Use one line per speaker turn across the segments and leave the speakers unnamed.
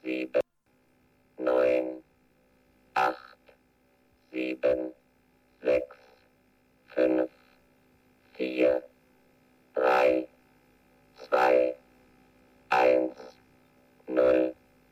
7, 9, 8, 7, 6, 5, 4, 3, 2, 1, 0.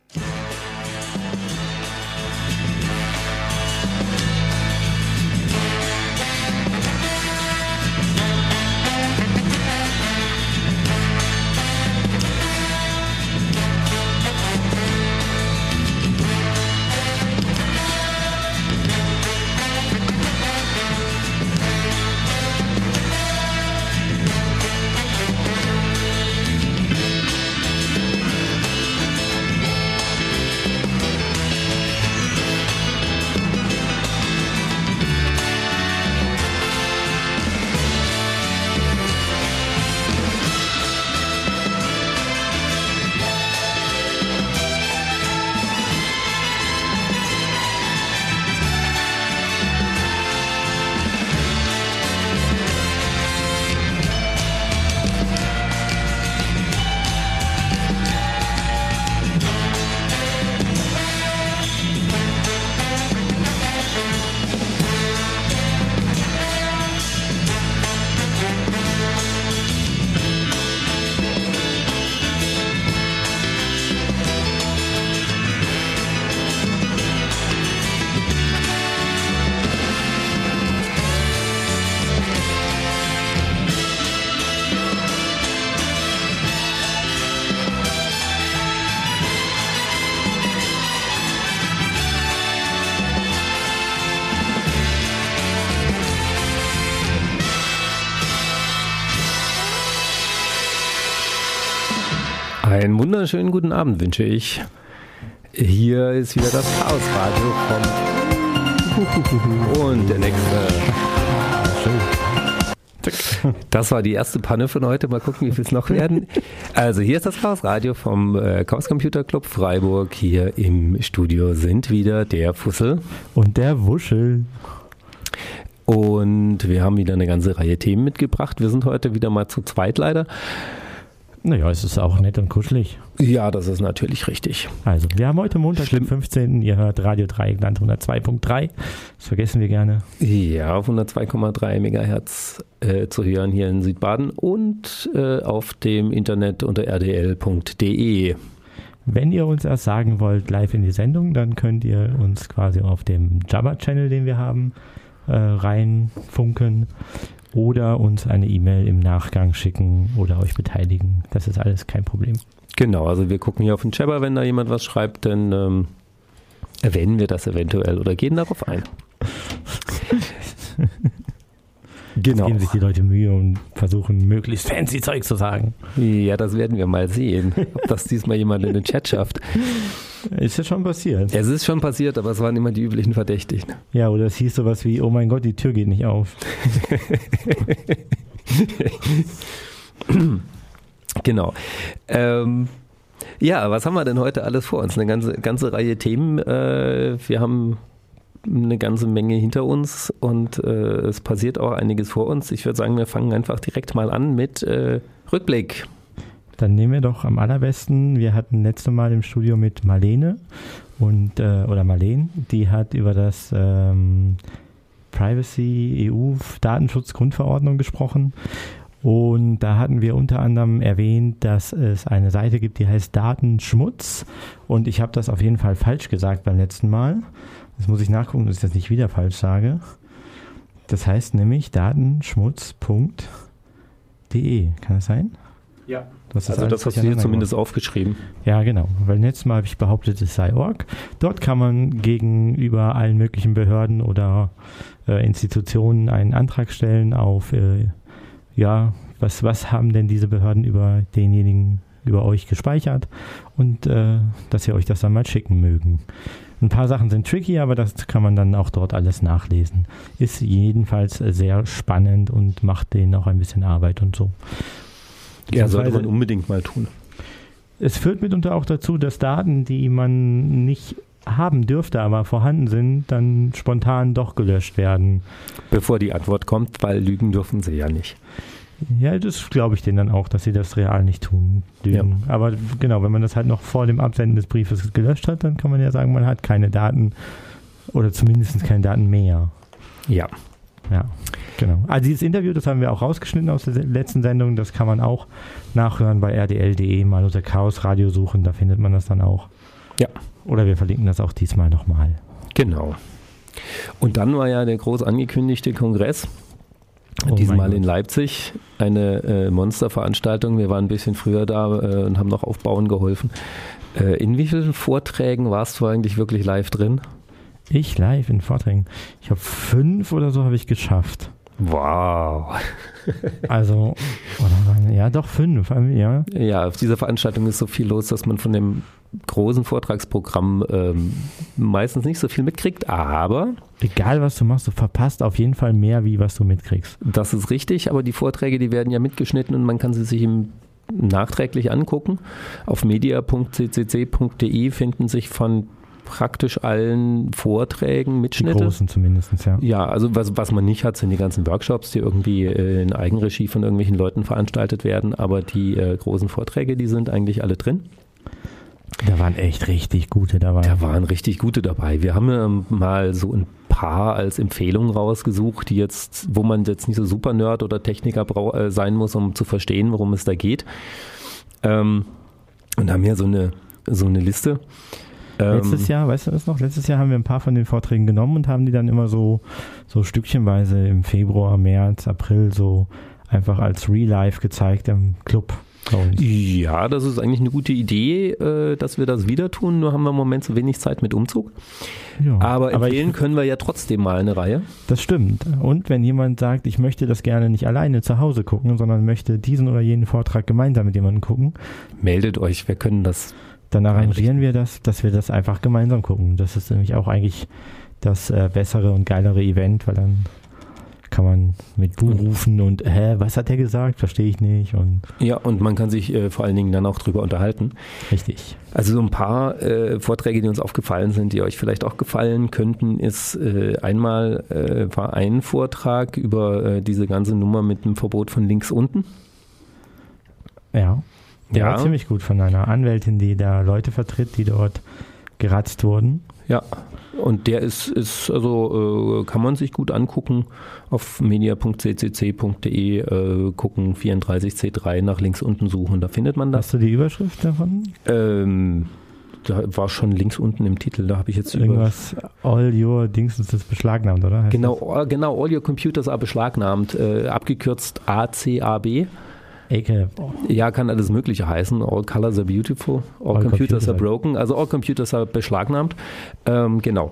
Einen wunderschönen guten Abend wünsche ich. Hier ist wieder das Chaosradio vom und der nächste. Das war die erste Panne von heute. Mal gucken, wie viel es noch werden. Also hier ist das Chaosradio vom Chaos Computer Club Freiburg. Hier im Studio sind wieder der Fussel
und der Wuschel.
Und wir haben wieder eine ganze Reihe Themen mitgebracht. Wir sind heute wieder mal zu zweit leider.
Naja, es ist auch nett und kuschelig.
Ja, das ist natürlich richtig.
Also, wir haben heute Montag, den 15. Ihr hört Radio Dreieckland 102.3. Das vergessen wir gerne.
Ja, auf 102,3 Megahertz zu hören hier in Südbaden und auf dem Internet unter rdl.de.
Wenn ihr uns erst sagen wollt, live in die Sendung, dann könnt ihr uns quasi auf dem Jabba-Channel, den wir haben, reinfunken. Oder uns eine E-Mail im Nachgang schicken oder euch beteiligen. Das ist alles kein Problem.
Genau, also wir gucken hier auf den Jabber, wenn da jemand was schreibt, dann erwähnen wir das eventuell oder gehen darauf ein.
Genau. Jetzt geben sich die Leute Mühe und versuchen, möglichst fancy Zeug zu sagen.
Ja, das werden wir mal sehen, ob das diesmal jemand in den Chat schafft.
Ist ja schon passiert.
Es ist schon passiert, aber es waren immer die üblichen Verdächtigen.
Ja, oder es hieß sowas wie, oh mein Gott, die Tür geht nicht auf.
Genau. Ja, was haben wir denn heute alles vor uns? Eine ganze Reihe Themen. Wir haben eine ganze Menge hinter uns und es passiert auch einiges vor uns. Ich würde sagen, wir fangen einfach direkt mal an mit Rückblick.
Dann nehmen wir doch am allerbesten, wir hatten letzte Mal im Studio mit Marlene oder Marlene, die hat über das Privacy EU Datenschutzgrundverordnung gesprochen. Und da hatten wir unter anderem erwähnt, dass es eine Seite gibt, die heißt Datenschmutz. Und ich habe das auf jeden Fall falsch gesagt beim letzten Mal. Jetzt muss ich nachgucken, dass ich das nicht wieder falsch sage. Das heißt nämlich datenschmutz.de. Kann das sein?
Ja. Das hast du hier zumindest aufgeschrieben.
Ja, genau. Weil letztes Mal habe ich behauptet, es sei .org. Dort kann man gegenüber allen möglichen Behörden oder Institutionen einen Antrag stellen auf, was haben denn diese Behörden über denjenigen, über euch gespeichert und dass ihr euch das dann mal schicken mögen. Ein paar Sachen sind tricky, aber das kann man dann auch dort alles nachlesen. Ist jedenfalls sehr spannend und macht denen auch ein bisschen Arbeit und so.
Ja, sollte man unbedingt mal tun.
Es führt mitunter auch dazu, dass Daten, die man nicht haben dürfte, aber vorhanden sind, dann spontan doch gelöscht werden.
Bevor die Antwort kommt, weil lügen dürfen sie ja nicht.
Ja, das glaube ich denen dann auch, dass sie das real nicht tun. Ja. Aber genau, wenn man das halt noch vor dem Absenden des Briefes gelöscht hat, dann kann man ja sagen, man hat keine Daten oder zumindest keine Daten mehr.
Ja.
Ja, genau. Also dieses Interview, das haben wir auch rausgeschnitten aus der letzten Sendung, das kann man auch nachhören bei rdl.de, mal unter Chaos Radio suchen, da findet man das dann auch.
Ja.
Oder wir verlinken das auch diesmal nochmal.
Genau. Und dann war ja der groß angekündigte Kongress. Diesmal in Leipzig, eine Monsterveranstaltung. Wir waren ein bisschen früher da und haben noch aufbauen geholfen. In wie vielen Vorträgen warst du eigentlich wirklich live drin?
Ich live in Vorträgen. Ich habe 5 oder so habe ich geschafft.
Wow.
Also, ja doch 5. Ja.
Ja, auf dieser Veranstaltung ist so viel los, dass man von dem großen Vortragsprogramm meistens nicht so viel mitkriegt, aber...
Egal, was du machst, du verpasst auf jeden Fall mehr, wie was du mitkriegst.
Das ist richtig, aber die Vorträge, die werden ja mitgeschnitten und man kann sie sich nachträglich angucken. Auf media.ccc.de finden sich von praktisch allen Vorträgen Mitschnitte.
Die großen zumindest, ja.
Ja, also was man nicht hat, sind die ganzen Workshops, die irgendwie in Eigenregie von irgendwelchen Leuten veranstaltet werden, aber die großen Vorträge, die sind eigentlich alle drin.
Da waren echt richtig gute dabei.
Wir haben mal so ein paar als Empfehlung rausgesucht, die jetzt, wo man jetzt nicht so super Nerd oder Techniker sein muss, um zu verstehen, worum es da geht. Und haben hier so eine Liste.
Letztes Jahr, weißt du das noch? Letztes Jahr haben wir ein paar von den Vorträgen genommen und haben die dann immer so stückchenweise im Februar, März, April so einfach als Real Life gezeigt im Club.
Ja, das ist eigentlich eine gute Idee, dass wir das wieder tun, nur haben wir im Moment so wenig Zeit mit Umzug. Ja, aber empfehlen können wir ja trotzdem mal eine Reihe.
Das stimmt. Und wenn jemand sagt, ich möchte das gerne nicht alleine zu Hause gucken, sondern möchte diesen oder jenen Vortrag gemeinsam mit jemandem gucken,
meldet euch, wir können das.
Dann arrangieren wir das, dass wir das einfach gemeinsam gucken. Das ist nämlich auch eigentlich das bessere und geilere Event, weil dann kann man mit Du rufen und was hat der gesagt? Verstehe ich nicht. Und
ja, und man kann sich vor allen Dingen dann auch drüber unterhalten.
Richtig.
Also so ein paar Vorträge, die uns aufgefallen sind, die euch vielleicht auch gefallen könnten, ist einmal war ein Vortrag über diese ganze Nummer mit dem Verbot von links unten.
Ja. Der war ziemlich gut von einer Anwältin, die da Leute vertritt, die dort geratzt wurden.
Ja, und der ist also kann man sich gut angucken auf media.ccc.de gucken, 34C3 nach links unten suchen, da findet man das.
Hast du die Überschrift davon?
Da war schon links unten im Titel, da habe ich jetzt
irgendwas, all your Dingsens ist beschlagnahmt, oder?
Genau, all your computers are beschlagnahmt, abgekürzt ACAB. Ja, kann alles Mögliche heißen. All colors are beautiful, all computers are broken. Also all computers are beschlagnahmt. Genau.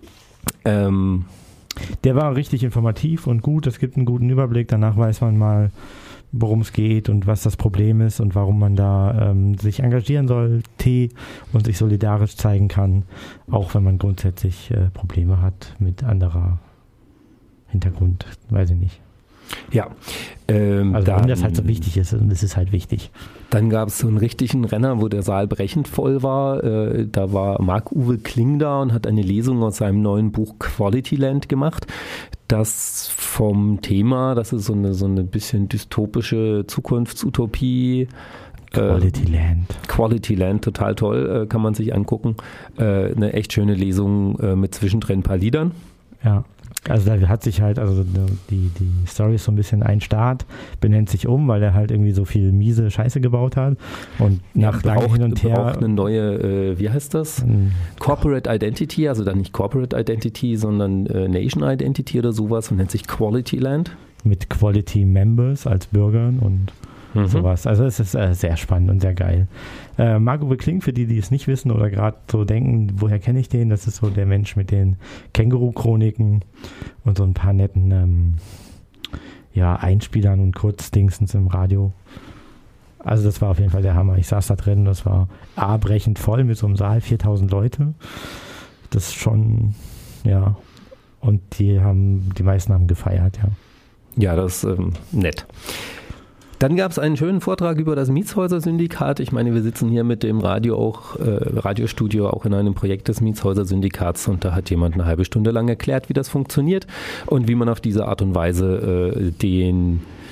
Der war richtig informativ und gut. Es gibt einen guten Überblick. Danach weiß man mal, worum es geht und was das Problem ist und warum man da sich engagieren sollte und sich solidarisch zeigen kann, auch wenn man grundsätzlich Probleme hat mit anderer Hintergrund. Weiß ich nicht.
Ja.
Also warum das halt so wichtig ist, und es ist halt wichtig.
Dann gab es so einen richtigen Renner, wo der Saal brechend voll war. Da war Marc-Uwe Kling da und hat eine Lesung aus seinem neuen Buch Quality Land gemacht. Das vom Thema, das ist so eine bisschen dystopische Zukunftsutopie. Quality Land, total toll, kann man sich angucken. Eine echt schöne Lesung mit zwischendrin ein paar Liedern.
Ja. Also da hat sich halt, also die Story ist so ein bisschen ein Staat, benennt sich um, weil er halt irgendwie so viel miese Scheiße gebaut hat und nach langem Hin und Her
braucht eine neue, wie heißt das? Corporate Identity, also dann nicht Corporate Identity, sondern Nation Identity oder sowas und nennt sich Quality Land.
Mit Quality Members als Bürgern und sowas. Also es ist sehr spannend und sehr geil. Marc-Uwe Kling, für die es nicht wissen oder gerade so denken, woher kenne ich den? Das ist so der Mensch mit den Känguru-Chroniken und so ein paar netten Einspielern und Kurzdingsens im Radio. Also das war auf jeden Fall der Hammer. Ich saß da drin, das war brechend voll mit so einem Saal, 4000 Leute. Das ist schon, ja. Und die meisten haben gefeiert, ja.
Ja, das ist nett. Dann gab es einen schönen Vortrag über das Mietshäuser-Syndikat. Ich meine, wir sitzen hier mit dem Radiostudio auch in einem Projekt des Mietshäuser-Syndikats und da hat jemand eine halbe Stunde lang erklärt, wie das funktioniert und wie man auf diese Art und Weise den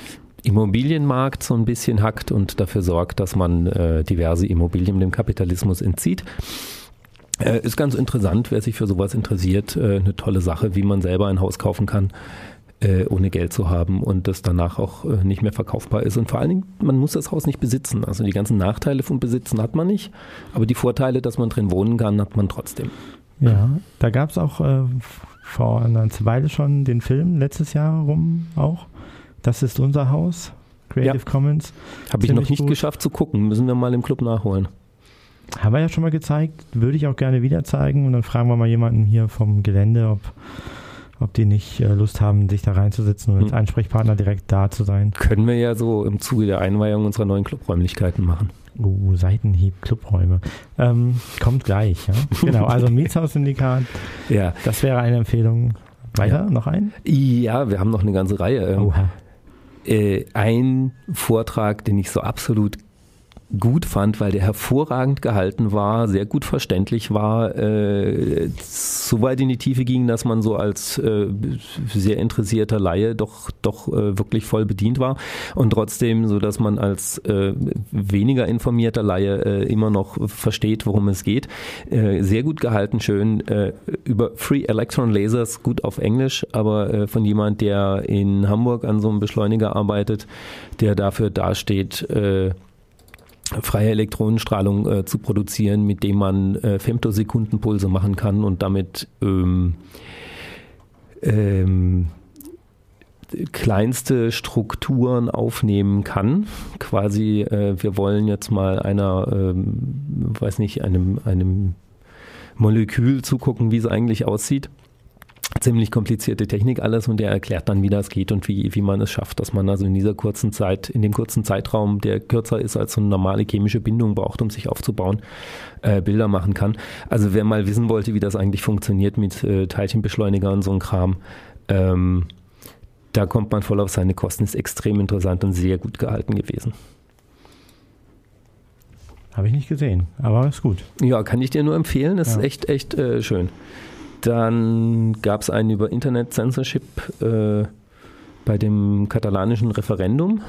Immobilienmarkt so ein bisschen hackt und dafür sorgt, dass man diverse Immobilien dem Kapitalismus entzieht. Ist ganz interessant, wer sich für sowas interessiert, eine tolle Sache, wie man selber ein Haus kaufen kann, ohne Geld zu haben und das danach auch nicht mehr verkaufbar ist. Und vor allen Dingen, man muss das Haus nicht besitzen. Also die ganzen Nachteile vom Besitzen hat man nicht, aber die Vorteile, dass man drin wohnen kann, hat man trotzdem.
Ja, da gab es auch vor einer Weile schon den Film, letztes Jahr rum auch. Das ist unser Haus, Creative Commons.
Habe ich noch nicht geschafft zu gucken, müssen wir mal im Club nachholen.
Haben wir ja schon mal gezeigt, würde ich auch gerne wieder zeigen und dann fragen wir mal jemanden hier vom Gelände, ob die nicht Lust haben, sich da reinzusetzen und als Ansprechpartner direkt da zu sein.
Können wir ja so im Zuge der Einweihung unserer neuen Clubräumlichkeiten machen.
Seitenhieb, Clubräume. Kommt gleich, ja. Genau, also Mietshaussyndikat,
ja. Das
wäre eine Empfehlung. Weiter, noch ein?
Ja, wir haben noch eine ganze Reihe.
Oha.
Ein Vortrag, den ich so absolut gut fand, weil der hervorragend gehalten war, sehr gut verständlich war, so weit in die Tiefe ging, dass man so als sehr interessierter Laie doch wirklich voll bedient war und trotzdem so, dass man als weniger informierter Laie immer noch versteht, worum es geht. Sehr gut gehalten, schön über Free Electron Lasers, gut auf Englisch, aber von jemand, der in Hamburg an so einem Beschleuniger arbeitet, der dafür dasteht, freie Elektronenstrahlung zu produzieren, mit dem man Femtosekundenpulse machen kann und damit kleinste Strukturen aufnehmen kann. Quasi, wir wollen jetzt mal einem Molekül zugucken, wie es eigentlich aussieht. Ziemlich komplizierte Technik alles und der erklärt dann, wie das geht und wie man es schafft, dass man also in dem kurzen Zeitraum, der kürzer ist als so eine normale chemische Bindung braucht, um sich aufzubauen, Bilder machen kann. Also wer mal wissen wollte, wie das eigentlich funktioniert mit Teilchenbeschleuniger und so ein Kram, da kommt man voll auf seine Kosten, ist extrem interessant und sehr gut gehalten gewesen.
Habe ich nicht gesehen, aber ist gut.
Ja, kann ich dir nur empfehlen, ist echt schön. Dann gab es einen über Internet Censorship bei dem katalanischen Referendum.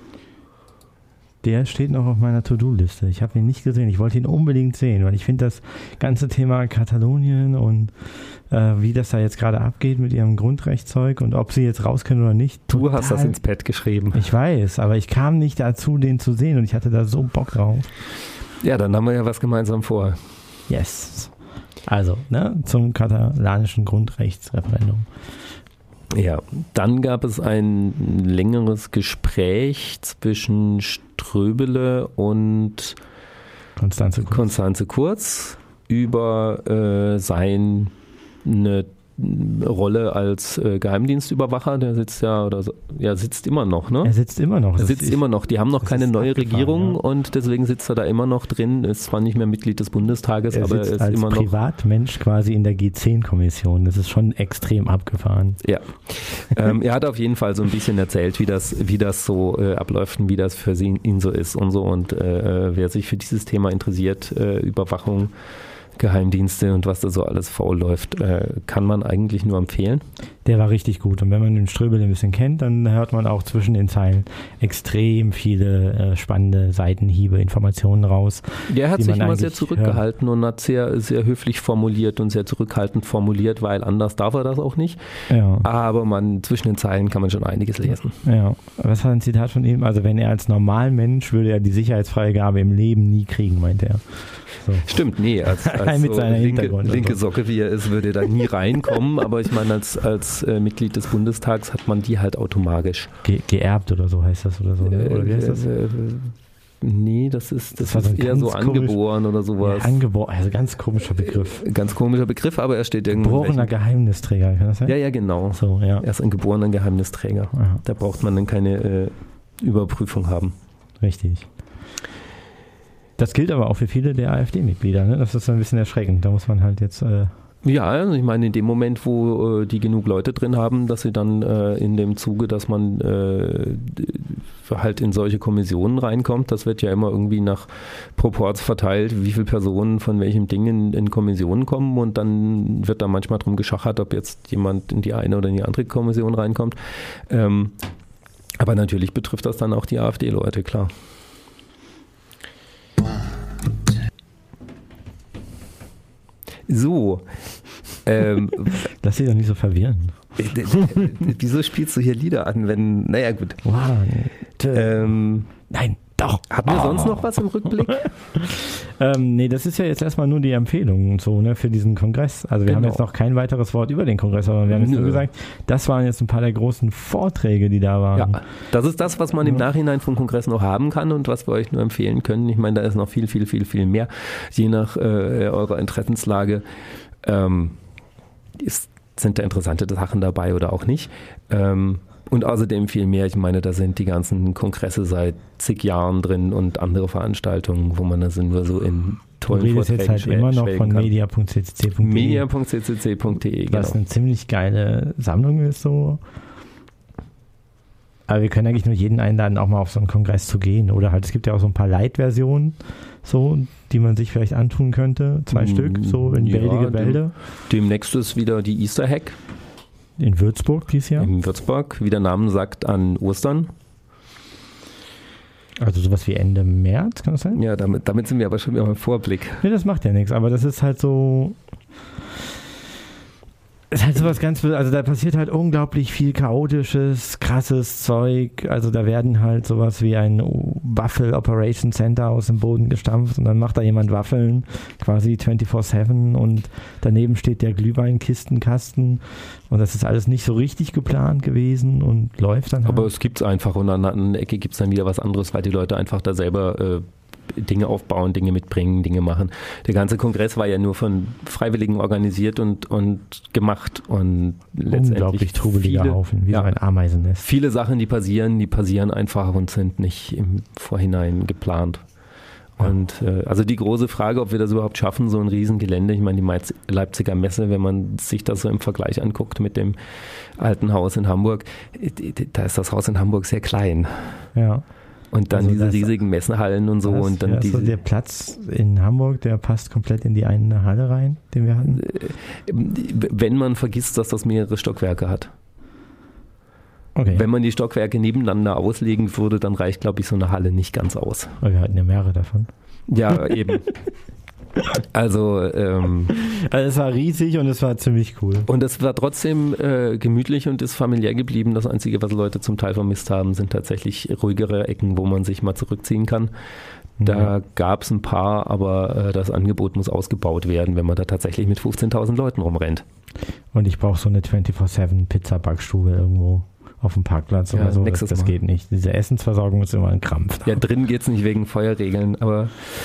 Der steht noch auf meiner To-Do-Liste. Ich habe ihn nicht gesehen. Ich wollte ihn unbedingt sehen, weil ich finde das ganze Thema Katalonien und wie das da jetzt gerade abgeht mit ihrem Grundrechtszeug und ob sie jetzt raus können oder nicht.
Du hast das ins Pad geschrieben.
Ich weiß, aber ich kam nicht dazu, den zu sehen und ich hatte da so Bock drauf.
Ja, dann haben wir ja was gemeinsam vor.
Yes. Also, zum katalanischen Grundrechtsreferendum.
Ja, dann gab es ein längeres Gespräch zwischen Ströbele und Constanze Kurz über seine Rolle als Geheimdienstüberwacher. Der sitzt sitzt immer noch, ne?
Er sitzt immer noch.
Die haben noch keine neue Regierung und deswegen sitzt er da immer noch drin. Ist zwar nicht mehr Mitglied des Bundestages, aber er ist
als
immer noch
Privatmensch quasi in der G10-Kommission. Das ist schon extrem abgefahren.
Ja. Er hat auf jeden Fall so ein bisschen erzählt, wie das so abläuft und wie das für ihn so ist und so. Und wer sich für dieses Thema interessiert, Überwachung, Geheimdienste und was da so alles faul läuft, kann man eigentlich nur empfehlen.
Der war richtig gut und wenn man den Ströbel ein bisschen kennt, dann hört man auch zwischen den Zeilen extrem viele spannende Seitenhiebe, Informationen raus.
Der hat sich immer sehr zurückgehalten und hat sehr, sehr höflich formuliert und sehr zurückhaltend formuliert, weil anders darf er das auch nicht. Ja. Aber zwischen den Zeilen kann man schon einiges lesen.
Ja, was war ein Zitat von ihm? Also wenn er als Normalmensch würde er die Sicherheitsfreigabe im Leben nie kriegen, meinte er. So.
Stimmt, nee, als
mit
so
seiner
linke Socke, wie er ist, würde er da nie reinkommen, aber ich meine, als Mitglied des Bundestags hat man die halt automatisch.
Geerbt oder so heißt das oder so, ne? Oder wie heißt das?
Nee, das ist eher so angeboren oder sowas.
Ja, angeboren, also ganz komischer Begriff.
Ganz komischer Begriff, aber er steht irgendwo.
Geborener Geheimnisträger, kann das sein?
Ja, genau.
So, ja.
Er ist ein geborener Geheimnisträger. Aha. Da braucht man dann keine Überprüfung haben.
Richtig. Das gilt aber auch für viele der AfD-Mitglieder, ne? Das ist ein bisschen erschreckend. Da muss man halt jetzt...
Ja, also ich meine, in dem Moment, wo die genug Leute drin haben, dass sie dann in dem Zuge, dass man halt in solche Kommissionen reinkommt, das wird ja immer irgendwie nach Proports verteilt, wie viele Personen von welchem Ding in Kommissionen kommen und dann wird da manchmal drum geschachert, ob jetzt jemand in die eine oder in die andere Kommission reinkommt. Aber natürlich betrifft das dann auch die AfD-Leute, klar. So.
Lass dich doch nicht so verwirren.
Wieso spielst du hier Lieder an, wenn, naja gut.
Wow. Nein, doch.
Hatten wir sonst noch was im Rückblick?
Nee, das ist ja jetzt erstmal nur die Empfehlung und so, ne, für diesen Kongress. Also wir haben jetzt noch kein weiteres Wort über den Kongress, aber wir haben jetzt nur gesagt, das waren jetzt ein paar der großen Vorträge, die da waren.
Ja, das ist das, was man im Nachhinein vom Kongress noch haben kann und was wir euch nur empfehlen können. Ich meine, da ist noch viel, viel, viel, viel mehr, je nach eurer Interessenslage. Sind da interessante Sachen dabei oder auch nicht. Und außerdem viel mehr, ich meine, da sind die ganzen Kongresse seit zig Jahren drin und andere Veranstaltungen, wo man also nur so in tollen Vorträgen
jetzt halt immer noch von media.ccc.de.
Media.ccc.de, genau.
Was eine ziemlich geile Sammlung ist so. Aber wir können eigentlich nur jeden einladen, auch mal auf so einen Kongress zu gehen. Oder halt, es gibt ja auch so ein paar Light-Versionen, so, die man sich vielleicht antun könnte. 2 Stück, so in bäldige Bälde.
Demnächst ist wieder die Easter Hack.
In Würzburg dieses Jahr?
In Würzburg, wie der Name sagt, an Ostern.
Also sowas wie Ende März, kann das sein?
Ja, damit sind wir aber schon wieder im Vorblick.
Nee, das macht ja nichts, aber das ist halt so... ist halt sowas ganz, also da passiert halt unglaublich viel chaotisches, krasses Zeug. Also da werden halt sowas wie ein Waffel Operation Center aus dem Boden gestampft und dann macht da jemand Waffeln, quasi 24/7 und daneben steht der Glühweinkistenkasten und das ist alles nicht so richtig geplant gewesen und läuft dann halt.
Aber es gibt's einfach und an einer Ecke gibt's dann wieder was anderes, weil die Leute einfach da selber Dinge aufbauen, Dinge mitbringen, Dinge machen. Der ganze Kongress war ja nur von Freiwilligen organisiert und gemacht und letztendlich
unglaublich trubeliger Haufen, wie so ein Ameisennest.
Viele Sachen, die passieren einfach und sind nicht im Vorhinein geplant. Ja. Und also die große Frage, ob wir das überhaupt schaffen, so ein Riesengelände, ich meine die Leipziger Messe, wenn man sich das so im Vergleich anguckt mit dem alten Haus in Hamburg, da ist das Haus in Hamburg sehr klein. Ja. Und dann also diese riesigen Messenhallen und so. Und dann
so der Platz in Hamburg, der passt komplett in die eine Halle rein, den wir hatten?
Wenn man vergisst, dass das mehrere Stockwerke hat.
Okay.
Wenn man die Stockwerke nebeneinander auslegen würde, dann reicht, glaube ich, so eine Halle nicht ganz aus.
Aber wir hatten ja mehrere davon.
Ja, eben. Also
es war riesig und es war ziemlich cool.
Und es war trotzdem gemütlich und ist familiär geblieben. Das Einzige, was Leute zum Teil vermisst haben, sind tatsächlich ruhigere Ecken, wo man sich mal zurückziehen kann. Da gab es ein paar, aber das Angebot muss ausgebaut werden, wenn man da tatsächlich mit 15.000 Leuten rumrennt.
Und ich brauche so eine 24/7 Pizza-Backstube irgendwo auf dem Parkplatz oder so. Das geht nicht. Diese Essensversorgung ist immer ein Krampf.
Ja, drin geht es nicht wegen Feuerregeln, aber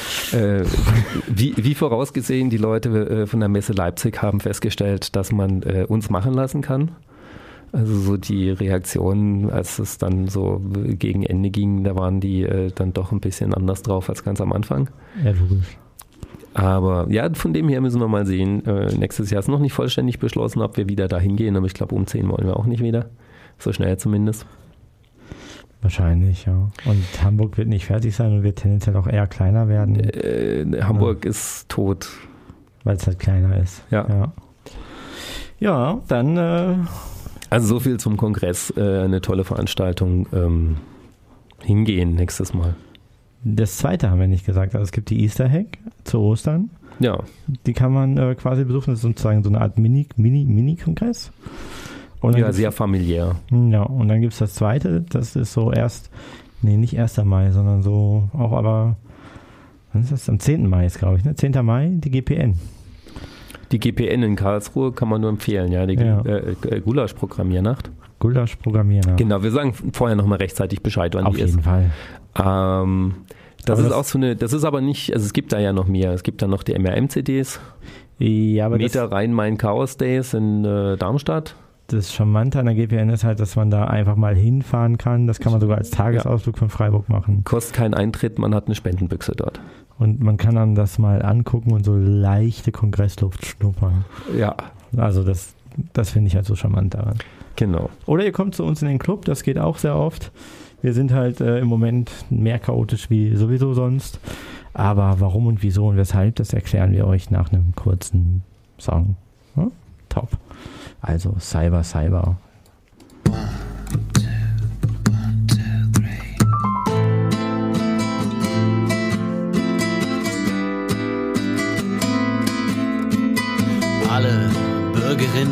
wie vorausgesehen, die Leute von der Messe Leipzig haben festgestellt, dass man uns machen lassen kann. Also so die Reaktionen, als es dann so gegen Ende ging, da waren die dann doch ein bisschen anders drauf als ganz am Anfang.
Ja, logisch.
Aber ja, von dem her müssen wir mal sehen. Nächstes Jahr ist noch nicht vollständig beschlossen, ob wir wieder da hingehen, aber ich glaube, umziehen wollen wir auch nicht wieder. So schnell zumindest.
Wahrscheinlich, ja. Und Hamburg wird nicht fertig sein und wird tendenziell auch eher kleiner werden.
Hamburg ist tot.
Weil es halt kleiner ist.
Ja.
Ja, dann...
Also so viel zum Kongress. Eine tolle Veranstaltung. Hingehen nächstes Mal.
Das zweite haben wir nicht gesagt. Also es gibt die Easter Hack zu Ostern.
Ja.
Die kann man quasi besuchen. Das ist sozusagen so eine Art Mini-Kongress.
Ja, sehr familiär.
Ja, und dann gibt es das zweite, das ist so nicht 1. Mai, sondern so auch aber, wann ist das? Am 10. Mai ist, glaube ich, ne? 10. Mai, die GPN.
Die GPN in Karlsruhe kann man nur empfehlen, ja, die Gulasch-Programmiernacht.
Gulasch-Programmiernacht.
Genau, wir sagen vorher nochmal rechtzeitig Bescheid, wann die ist. Auf jeden
Fall.
Das ist auch so eine, das ist aber nicht, also es gibt da ja noch mehr, es gibt da noch die MRM-CDs.
Ja, aber
Meter Rhein-Main-Chaos-Days in Darmstadt.
Das Charmante an der GPN ist halt, dass man da einfach mal hinfahren kann. Das kann man sogar als Tagesausflug von Freiburg machen.
Kostet keinen Eintritt, man hat eine Spendenbüchse dort.
Und man kann dann das mal angucken und so leichte Kongressluft schnuppern.
Ja.
Also das finde ich halt so charmant daran.
Genau.
Oder ihr kommt zu uns in den Club, das geht auch sehr oft. Wir sind halt im Moment mehr chaotisch wie sowieso sonst. Aber warum und wieso und weshalb, das erklären wir euch nach einem kurzen Song. Hm? Top. Also Cyber. 1, 2, 1, 2.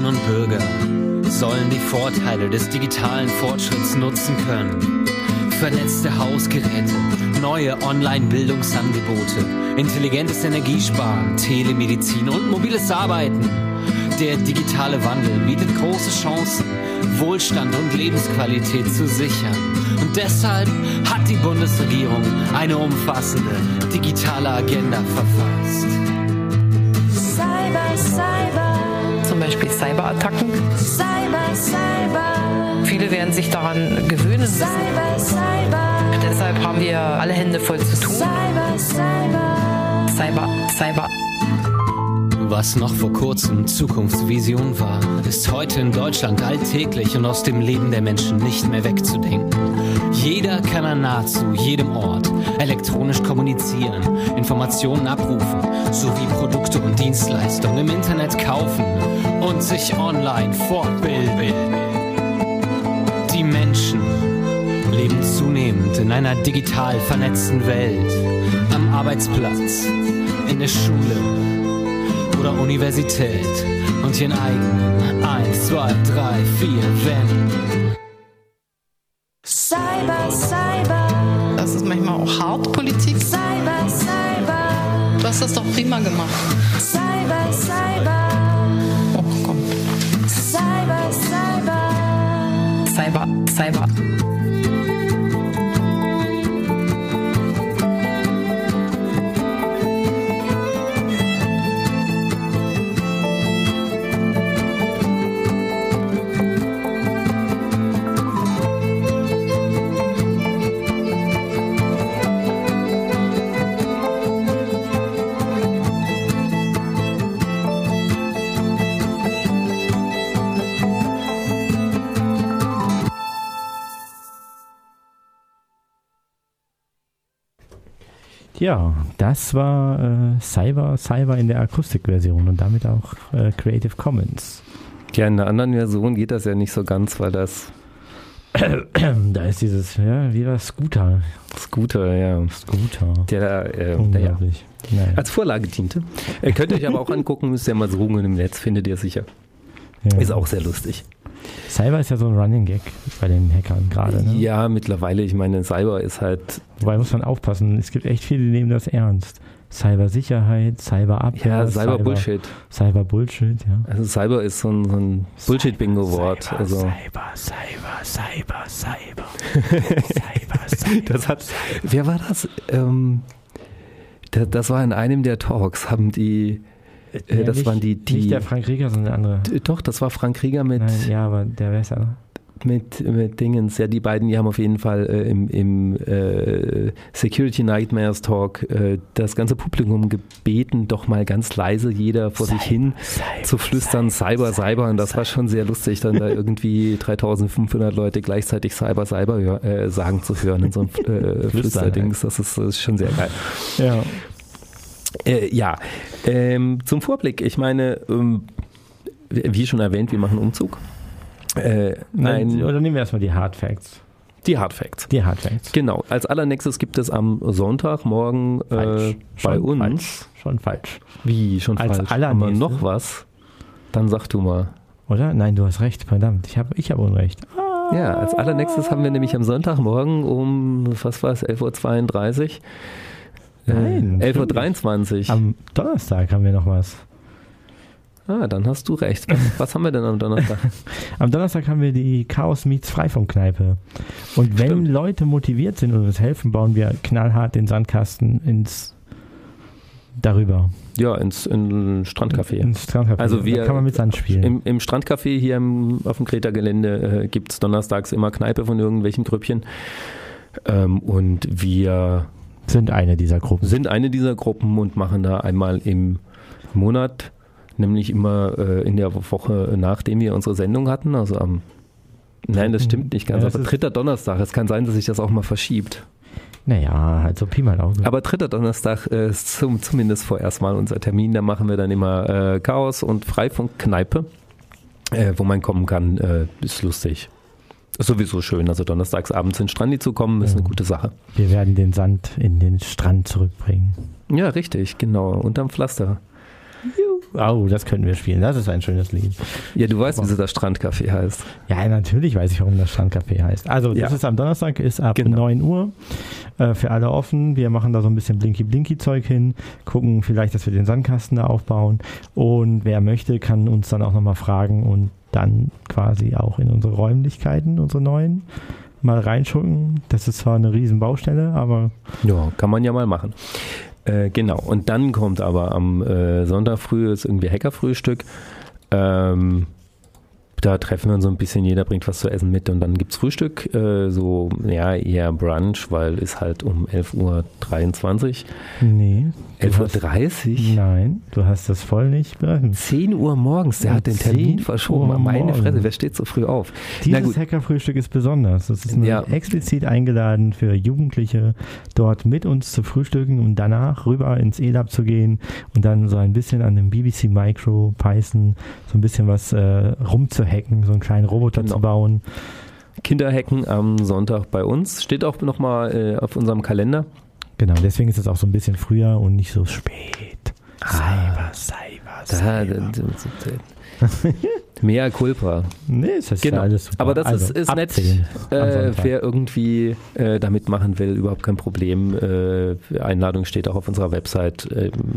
Bürgerinnen und Bürger sollen die Vorteile des digitalen Fortschritts nutzen können. Vernetzte Hausgeräte, neue Online-Bildungsangebote, intelligentes Energiesparen, Telemedizin und mobiles Arbeiten. Der digitale Wandel bietet große Chancen, Wohlstand und Lebensqualität zu sichern. Und deshalb hat die Bundesregierung eine umfassende digitale Agenda verfasst.
Cyber, Cyber.
Zum Beispiel Cyberattacken.
Cyber, Cyber.
Viele werden sich daran gewöhnen.
Cyber, Cyber.
Deshalb haben wir alle Hände voll zu tun.
Cyber, Cyber.
Cyber, Cyber.
Was noch vor kurzem Zukunftsvision war, ist heute in Deutschland alltäglich und aus dem Leben der Menschen nicht mehr wegzudenken. Jeder kann an nahezu jedem Ort elektronisch kommunizieren, Informationen abrufen, sowie Produkte und Dienstleistungen im Internet kaufen und sich online fortbilden. Die Menschen leben zunehmend in einer digital vernetzten Welt, am Arbeitsplatz, in der Schule oder Universität und ihren eigenen 1, 2, 3, 4 Wänden.
Cyber, Cyber.
Das ist manchmal auch hart, Politik.
Cyber, Cyber.
Du hast das doch prima gemacht.
Cyber, Cyber.
Oh, komm.
Cyber, Cyber.
Cyber, Cyber.
Ja, das war Cyber in der Akustikversion und damit auch Creative Commons.
Ja, in der anderen Version geht das ja nicht so ganz, weil das
Da ist dieses, ja, wie war Scooter?
Scooter, ja.
Scooter.
Der,
Unglaublich. Naja.
als Vorlage diente. Könnt ihr euch aber auch angucken, müsst ihr mal suchen im Netz, findet ihr sicher.
Ja.
Ist auch sehr lustig.
Cyber ist ja so ein Running Gag bei den Hackern gerade, ne?
Ja, mittlerweile, ich meine, Cyber ist halt...
Wobei muss man aufpassen, es gibt echt viele, die nehmen das ernst. Cybersicherheit, Cyberabwehr,
Ja, Cyber-Bullshit.
Cyber-Bullshit, ja.
Also Cyber ist so ein Bullshit-Bingo-Wort. Also
Cyber.
das hat... Wer war das? Das war in einem der Talks, haben die... das
nicht,
waren die...
Nicht der Frank Rieger, sondern der andere.
Doch, das war Frank Rieger mit...
Nein, ja, aber der wäre es ja.
Mit Dingens, ja, die beiden, die haben auf jeden Fall im Security Nightmares Talk das ganze Publikum gebeten, doch mal ganz leise jeder vor sich hin zu flüstern, Cyber, und das war schon sehr lustig, dann da irgendwie 3500 Leute gleichzeitig Cyber sagen zu hören in so einem Flüsterdings, das ist schon sehr geil.
Ja.
Zum Vorblick, ich meine, wie schon erwähnt, wir machen Umzug.
Nein, oder nehmen wir erstmal die Hard Facts.
Die Hard Facts. Genau. Als allernächstes gibt es am Sonntagmorgen bei uns.
Schon falsch.
Wie, schon
als
falsch?
Allernächste.
Aber noch was? Dann sag du mal.
Oder? Nein, du hast recht. Verdammt, ich hab Unrecht.
Ja, als allernächstes haben wir nämlich am Sonntagmorgen um, was war es, 11.32 Uhr?
Nein.
11.23 Uhr.
Am Donnerstag haben wir noch was.
Ah, dann hast du recht. Was haben wir denn am Donnerstag?
Am Donnerstag haben wir die Chaos Meets Freifunk-Kneipe. Und wenn Leute motiviert sind und uns helfen, bauen wir knallhart den Sandkasten darüber.
Ja, ins Strandcafé.
Ins Strandcafé.
Also
da kann man mit Sand spielen.
Im Strandcafé hier auf dem Kreta-Gelände gibt es donnerstags immer Kneipe von irgendwelchen Grüppchen. Und wir
sind eine dieser Gruppen
und machen da einmal im Monat, nämlich immer in der Woche, nachdem wir unsere Sendung hatten, also nein, das stimmt nicht ganz, aber dritter Donnerstag, es kann sein, dass sich das auch mal verschiebt.
Naja, halt so Pi mal Auge.
Aber dritter Donnerstag ist zumindest vorerst mal unser Termin, da machen wir dann immer Chaos und Freifunk-Kneipe, wo man kommen kann, ist lustig. Ist sowieso schön, also donnerstags abends in Strandi zu kommen, ist eine gute Sache.
Wir werden den Sand in den Strand zurückbringen.
Ja, richtig, genau, unterm Pflaster.
Oh, das könnten wir spielen. Das ist ein schönes Lied.
Ja, du weißt, wieso das Strandcafé heißt.
Ja, natürlich weiß ich, warum das Strandcafé heißt. Also, das ist am Donnerstag, ist ab 9 Uhr für alle offen. Wir machen da so ein bisschen Blinky-Blinky-Zeug hin, gucken vielleicht, dass wir den Sandkasten da aufbauen. Und wer möchte, kann uns dann auch nochmal fragen und dann quasi auch in unsere Räumlichkeiten, unsere neuen, mal reinschucken. Das ist zwar eine riesen Baustelle, aber...
Ja, kann man ja mal machen. Genau, und dann kommt aber am Sonntag früh ist irgendwie Hackerfrühstück. Da treffen wir uns so ein bisschen, jeder bringt was zu essen mit und dann gibt's Frühstück, so ja eher Brunch, weil ist halt um 11:23 Uhr.
Nee.
11:30 Uhr?
Nein, du hast das voll nicht begriffen.
10 Uhr morgens, der hat den Termin verschoben. Meine Fresse, wer steht so früh auf?
Dieses Hackerfrühstück ist besonders. Das ist explizit eingeladen für Jugendliche, dort mit uns zu frühstücken und danach rüber ins E-Lab zu gehen und dann so ein bisschen an dem BBC Micro Python so ein bisschen was rumzuhacken, so einen kleinen Roboter zu bauen.
Kinderhacken am Sonntag bei uns. Steht auch nochmal auf unserem Kalender.
Genau, deswegen ist es auch so ein bisschen früher und nicht so spät. Cyber.
Mea culpa.
Nee, ist das ja alles super.
Aber das ist nett. Wer irgendwie da mitmachen will, überhaupt kein Problem. Einladung steht auch auf unserer Website.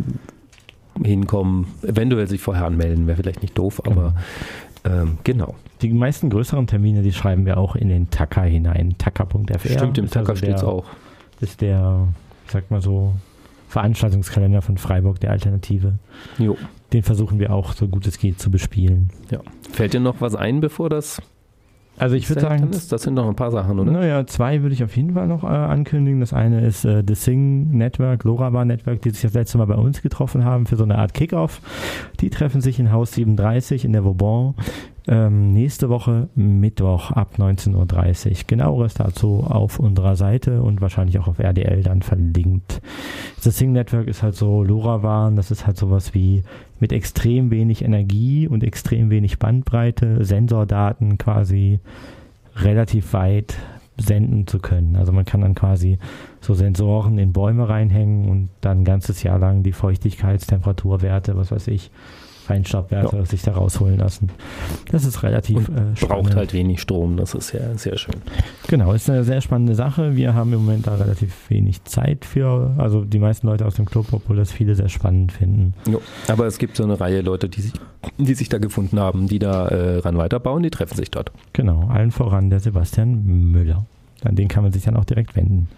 Hinkommen, eventuell sich vorher anmelden, wäre vielleicht nicht doof, aber genau.
Die meisten größeren Termine, die schreiben wir auch in den Tacker hinein. Tacker.fr.
Stimmt, im Tacker steht es auch.
Das ist der, sag mal so, Veranstaltungskalender von Freiburg, der Alternative.
Jo.
Den versuchen wir auch, so gut es geht, zu bespielen.
Ja. Fällt dir noch was ein, bevor das...
Also ich würde sagen...
Das sind noch ein paar Sachen, oder?
Naja, 2 würde ich auf jeden Fall noch ankündigen. Das eine ist The Sing Network, LoRaWAN Network, die sich das letzte Mal bei uns getroffen haben für so eine Art Kickoff. Die treffen sich in Haus 37 in der Vauban nächste Woche Mittwoch ab 19:30 Uhr. Genaueres dazu auf unserer Seite und wahrscheinlich auch auf RDL dann verlinkt. Das Sing Network ist halt so LoRaWAN, das ist halt sowas wie mit extrem wenig Energie und extrem wenig Bandbreite Sensordaten quasi relativ weit senden zu können. Also man kann dann quasi so Sensoren in Bäume reinhängen und dann ein ganzes Jahr lang die Feuchtigkeitstemperaturwerte, was weiß ich, Feinstaubwerte sich da rausholen lassen. Das ist relativ spannend.
Braucht halt wenig Strom, das ist ja sehr schön.
Genau, ist eine sehr spannende Sache. Wir haben im Moment da relativ wenig Zeit für, also die meisten Leute aus dem Club, obwohl das viele sehr spannend finden.
Jo, aber es gibt so eine Reihe Leute, die sich da gefunden haben, die da ran weiterbauen, die treffen sich dort.
Genau, allen voran der Sebastian Müller. An den kann man sich dann auch direkt wenden.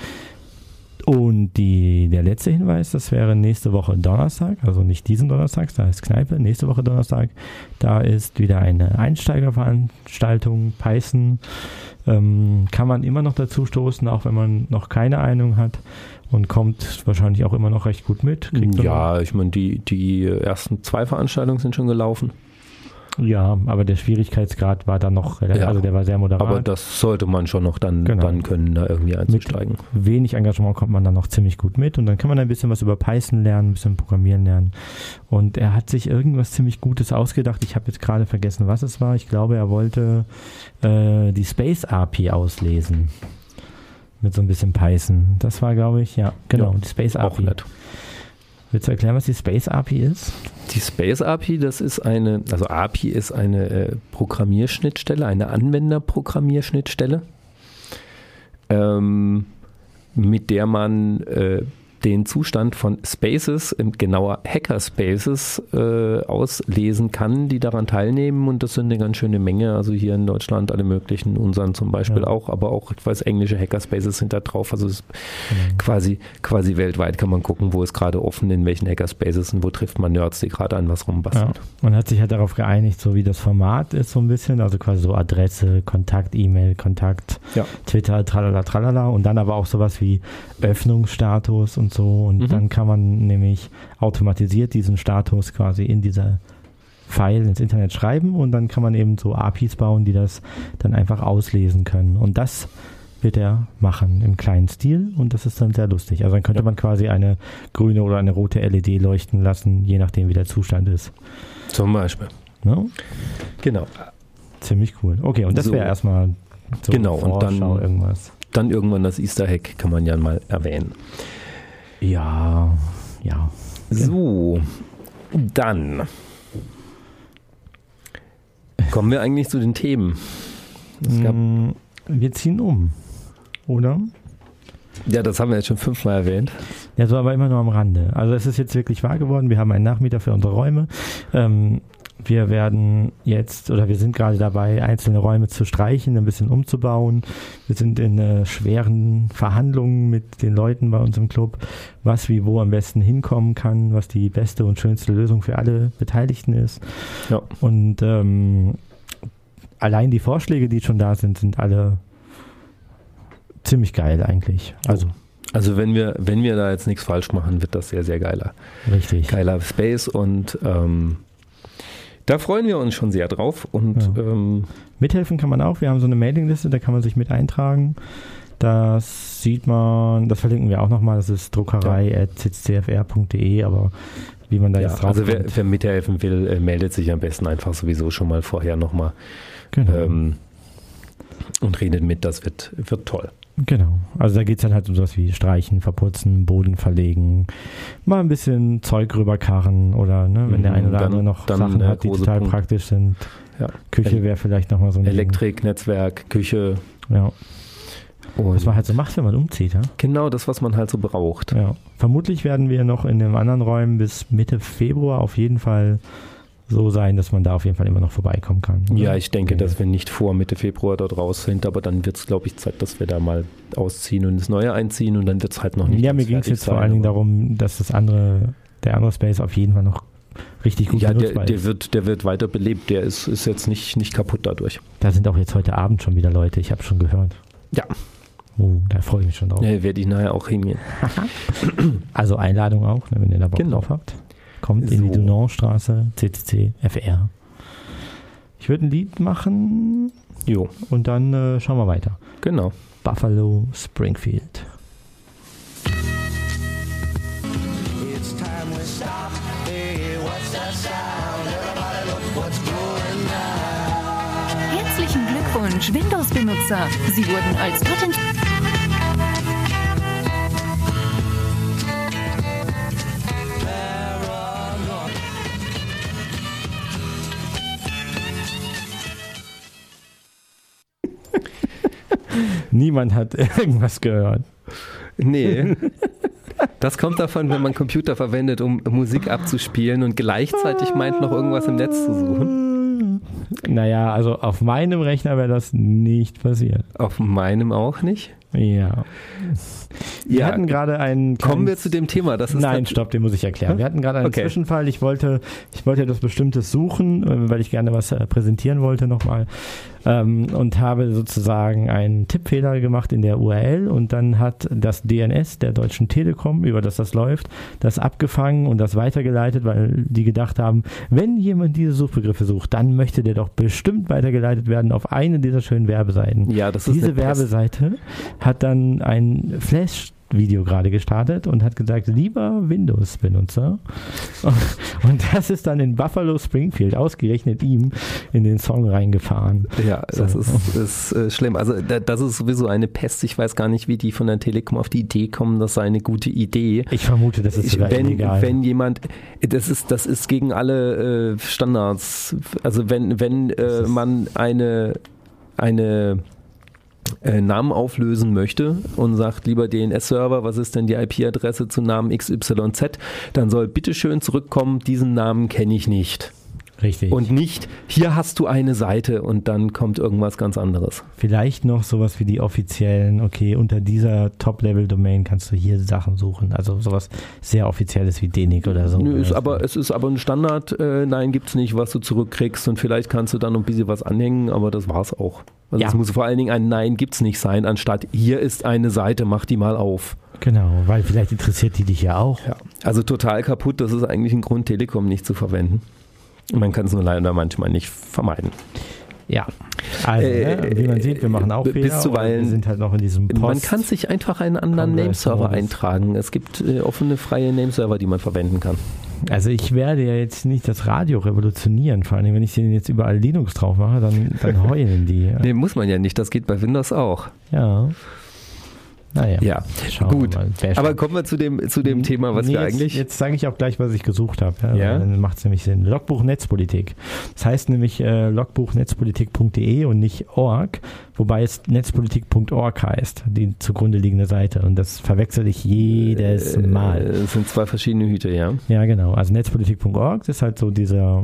Und der letzte Hinweis, das wäre nächste Woche Donnerstag, also nicht diesen Donnerstag, da ist Kneipe, nächste Woche Donnerstag, da ist wieder eine Einsteigerveranstaltung, Python, kann man immer noch dazu stoßen, auch wenn man noch keine Ahnung hat und kommt wahrscheinlich auch immer noch recht gut mit.
Ja, ich meine, die ersten 2 Veranstaltungen sind schon gelaufen.
Ja, aber der Schwierigkeitsgrad war dann noch relativ, also der war sehr moderat.
Aber das sollte man schon noch dann können, da irgendwie einzusteigen.
Mit wenig Engagement kommt man dann noch ziemlich gut mit und dann kann man ein bisschen was über Python lernen, ein bisschen Programmieren lernen. Und er hat sich irgendwas ziemlich Gutes ausgedacht. Ich habe jetzt gerade vergessen, was es war. Ich glaube, er wollte die Space API auslesen. Mit so ein bisschen Python. Das war, glaube ich, die Space API. Auch nett. Willst du erklären, was die Space API ist?
Die Space API, API ist eine Programmierschnittstelle, eine Anwenderprogrammierschnittstelle, mit der man den Zustand von Spaces, genauer Hackerspaces, auslesen kann, die daran teilnehmen und das sind eine ganz schöne Menge, also hier in Deutschland alle möglichen, unseren zum Beispiel auch, aber auch, ich weiß, englische Hackerspaces sind da drauf, also es quasi weltweit kann man gucken, wo ist gerade offen, in welchen Hackerspaces und wo trifft man Nerds, die gerade an was rumbasteln.
Ja. Man hat sich halt darauf geeinigt, so wie das Format ist so ein bisschen, also quasi so Adresse, Kontakt, E-Mail, Kontakt, Twitter, tralala, tralala und dann aber auch sowas wie Öffnungsstatus und so und dann kann man nämlich automatisiert diesen Status quasi in dieser File ins Internet schreiben und dann kann man eben so APIs bauen, die das dann einfach auslesen können und das wird er machen im kleinen Stil und das ist dann sehr lustig. Also dann könnte man quasi eine grüne oder eine rote LED leuchten lassen, je nachdem wie der Zustand ist.
Zum Beispiel.
No?
Genau.
Ziemlich cool. Okay, und das wäre erstmal so
und dann irgendwann das Easter Egg kann man ja mal erwähnen.
Ja.
So, Dann kommen wir eigentlich zu den Themen. Es gab,
Wir ziehen um, oder?
ja, das haben wir jetzt schon 5-mal erwähnt.
Ja, so aber immer nur am Rande. Also es ist jetzt wirklich wahr geworden. Wir haben einen Nachmieter für unsere Räume. Wir werden jetzt, oder wir sind gerade dabei, einzelne Räume zu streichen, ein bisschen umzubauen. Wir sind in schweren Verhandlungen mit den Leuten bei uns im Club, was wie wo am besten hinkommen kann, was die beste und schönste Lösung für alle Beteiligten ist.
Ja.
Und allein die Vorschläge, die schon da sind, sind alle ziemlich geil eigentlich.
Also wenn wir da jetzt nichts falsch machen, wird das sehr, sehr geiler Space und da freuen wir uns schon sehr drauf. Und
mithelfen kann man auch. Wir haben so eine Mailingliste, da kann man sich mit eintragen. Das sieht man, das verlinken wir auch nochmal. Das ist druckerei@cccfr.de, aber wie man da jetzt drauf
also
kommt.
wer mithelfen will, meldet sich am besten einfach sowieso schon mal vorher nochmal und redet mit. Das wird toll.
Genau, also da geht es dann halt um sowas wie Streichen, Verputzen, Boden verlegen, mal ein bisschen Zeug rüberkarren oder wenn der eine oder andere noch Sachen hat, die total praktisch sind.
Ja.
Küche wäre vielleicht nochmal so ein
Elektrik,
Ding.
Netzwerk, Küche.
Ja.
Und
Was man halt so macht, wenn man umzieht. Ja?
genau das, was man halt so braucht.
Ja. Vermutlich werden wir noch in den anderen Räumen bis Mitte Februar auf jeden Fall so sein, dass man da auf jeden Fall immer noch vorbeikommen kann. Oder?
Ja, ich denke, dass wir nicht vor Mitte Februar dort raus sind, aber dann wird es, glaube ich, Zeit, dass wir da mal ausziehen und das Neue einziehen und dann wird es halt noch nicht.
Ja, mir ging es jetzt vor allen Dingen darum, dass der andere Space auf jeden Fall noch richtig gut benutzbar ist.
Der wird weiter belebt, der ist jetzt nicht kaputt dadurch.
Da sind auch jetzt heute Abend schon wieder Leute, ich habe schon gehört.
Ja.
Da freue ich mich schon drauf.
Ja, werde ich nachher auch hingehen.
Also Einladung auch, wenn ihr da Bock drauf habt. Kommt in die Dunantstraße, CCC, FR. Ich würde ein Lied machen und dann schauen wir weiter.
Genau.
Buffalo Springfield.
It's time we stop. Hey, what's that sound? Everybody look what's going on.
Herzlichen Glückwunsch, Windows-Benutzer. Sie wurden als potenziell...
Niemand hat irgendwas gehört.
Nee. Das kommt davon, wenn man Computer verwendet, um Musik abzuspielen und gleichzeitig meint, noch irgendwas im Netz zu suchen.
Naja, also auf meinem Rechner wäre das nicht passiert.
Auf meinem auch nicht?
Ja. Wir hatten gerade einen...
Kommen wir zu dem Thema. Das ist
Nein, stopp, den muss ich erklären. Wir hatten gerade einen Zwischenfall. Ich wollte etwas Bestimmtes suchen, weil ich gerne was präsentieren wollte nochmal. Und habe sozusagen einen Tippfehler gemacht in der URL und dann hat das DNS der Deutschen Telekom, über das läuft, das abgefangen und das weitergeleitet, weil die gedacht haben, wenn jemand diese Suchbegriffe sucht, dann möchte der doch bestimmt weitergeleitet werden auf eine dieser schönen Werbeseiten.
Ja, das ist
diese Werbeseite hat dann ein Flash-Video gerade gestartet und hat gesagt, lieber Windows-Benutzer. Und das ist dann in Buffalo Springfield ausgerechnet ihm in den Song reingefahren.
Ja, das ist schlimm. Also das ist sowieso eine Pest. Ich weiß gar nicht, wie die von der Telekom auf die Idee kommen, das sei eine gute Idee.
Ich vermute, das ist sogar illegal.
Wenn jemand, das ist gegen alle Standards. Also wenn man eine Namen auflösen möchte und sagt, lieber DNS-Server, was ist denn die IP-Adresse zu Namen XYZ, dann soll bitteschön zurückkommen, diesen Namen kenne ich nicht.
Richtig.
Und nicht, hier hast du eine Seite und dann kommt irgendwas ganz anderes.
Vielleicht noch sowas wie die offiziellen, okay, unter dieser Top-Level-Domain kannst du hier Sachen suchen. Also sowas sehr Offizielles wie DENIC oder so.
Nö, es ist aber ein Standard, nein, gibt's nicht, was du zurückkriegst und vielleicht kannst du dann noch ein bisschen was anhängen, aber das war's auch. Also es muss vor allen Dingen ein Nein gibt's nicht sein, anstatt hier ist eine Seite, mach die mal auf.
Genau, weil vielleicht interessiert die dich ja auch.
Ja. Also total kaputt, das ist eigentlich ein Grund, Telekom nicht zu verwenden. Man kann es nur leider manchmal nicht vermeiden.
Ja, also wie man sieht, wir machen auch Fehler,
biszuweilen,
wir sind halt noch in diesem Post.
Man kann sich einfach einen anderen Nameserver eintragen. Es gibt offene, freie Nameserver, die man verwenden kann.
Also ich werde ja jetzt nicht das Radio revolutionieren, vor allem wenn ich den jetzt überall Linux drauf mache, dann heulen die.
Nee, muss man ja nicht, das geht bei Windows auch.
Ja. Naja,
Ja,
schauen wir
gut.
mal. Wer
Aber
stimmt.
kommen wir zu dem Thema, was wir eigentlich...
Jetzt sage ich auch gleich, was ich gesucht habe.
Ja?
Dann macht es nämlich Sinn. Logbuch Netzpolitik. Das heißt nämlich logbuchnetzpolitik.de und nicht org, wobei es netzpolitik.org heißt, die zugrunde liegende Seite. Und das verwechsel ich jedes Mal.
Es sind zwei verschiedene Hüte, ja.
Ja, genau. Also netzpolitik.org, das ist halt so dieser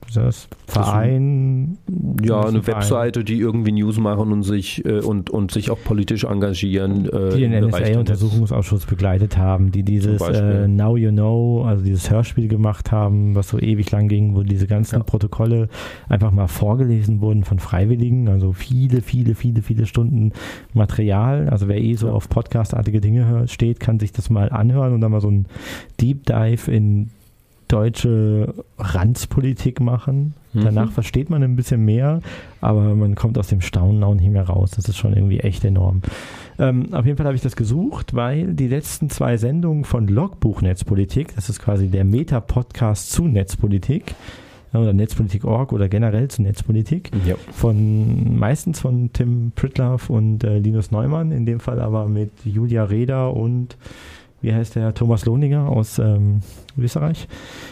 Verein.
Ja, eine Webseite, die irgendwie News machen und sich auch politisch engagieren.
Die den NSA-Untersuchungsausschuss begleitet haben, die dieses Now You Know, also dieses Hörspiel gemacht haben, was so ewig lang ging, wo diese ganzen Protokolle einfach mal vorgelesen wurden von Freiwilligen, also viele Stunden Material. Also wer so auf Podcast-artige Dinge steht, kann sich das mal anhören und dann mal so ein Deep Dive in deutsche Randspolitik machen. Danach versteht man ein bisschen mehr, aber man kommt aus dem Staunen auch nicht mehr raus. Das ist schon irgendwie echt enorm. Auf jeden Fall habe ich das gesucht, weil die letzten 2 Sendungen von Logbuch Netzpolitik, das ist quasi der Meta-Podcast zu Netzpolitik, oder Netzpolitik.org oder generell zu Netzpolitik, meistens von Tim Pritloff und Linus Neumann, in dem Fall aber mit Julia Reda und wie heißt der, Thomas Lohninger aus Österreich.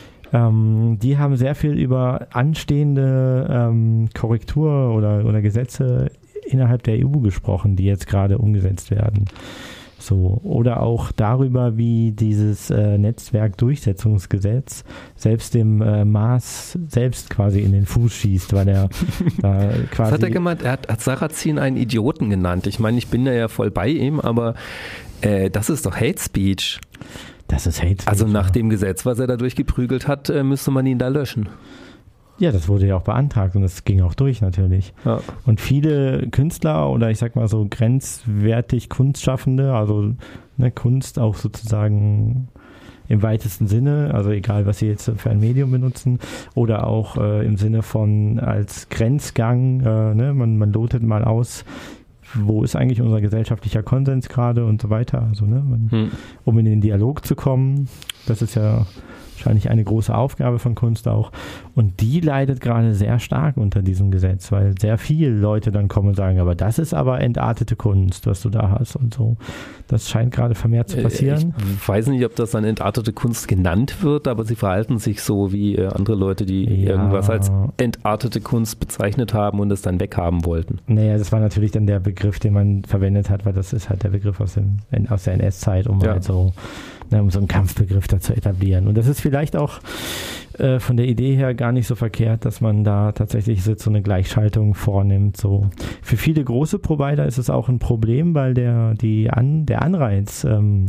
Die haben sehr viel über anstehende Korrektur oder Gesetze innerhalb der EU gesprochen, die jetzt gerade umgesetzt werden. So, oder auch darüber, wie dieses Netzwerkdurchsetzungsgesetz selbst dem Maas selbst quasi in den Fuß schießt, weil er da quasi...
Was hat er gemeint? Er hat Sarrazin einen Idioten genannt. Ich meine, ich bin da ja voll bei ihm, aber das ist doch Hate Speech.
Das ist Hate Speech.
Also nach dem Gesetz, was er da durchgeprügelt hat, müsste man ihn da löschen.
Ja, das wurde ja auch beantragt und das ging auch durch natürlich. Ja. Und viele Künstler oder ich sag mal so grenzwertig Kunstschaffende, also Kunst auch sozusagen im weitesten Sinne, also egal was sie jetzt für ein Medium benutzen oder auch im Sinne von als Grenzgang, man lotet mal aus, wo ist eigentlich unser gesellschaftlicher Konsens gerade und so weiter. Also, um in den Dialog zu kommen, das ist ja wahrscheinlich eine große Aufgabe von Kunst auch. Und die leidet gerade sehr stark unter diesem Gesetz, weil sehr viele Leute dann kommen und sagen, aber das ist aber entartete Kunst, was du da hast und so. Das scheint gerade vermehrt zu passieren.
Ich weiß nicht, ob das dann entartete Kunst genannt wird, aber sie verhalten sich so wie andere Leute, die irgendwas als entartete Kunst bezeichnet haben und es dann weghaben wollten.
Naja, das war natürlich dann der Begriff, den man verwendet hat, weil das ist halt der Begriff aus der NS-Zeit, um halt so um so einen Kampfbegriff da zu etablieren. Und das ist vielleicht auch von der Idee her gar nicht so verkehrt, dass man da tatsächlich so eine Gleichschaltung vornimmt. So. Für viele große Provider ist es auch ein Problem, weil der Anreiz,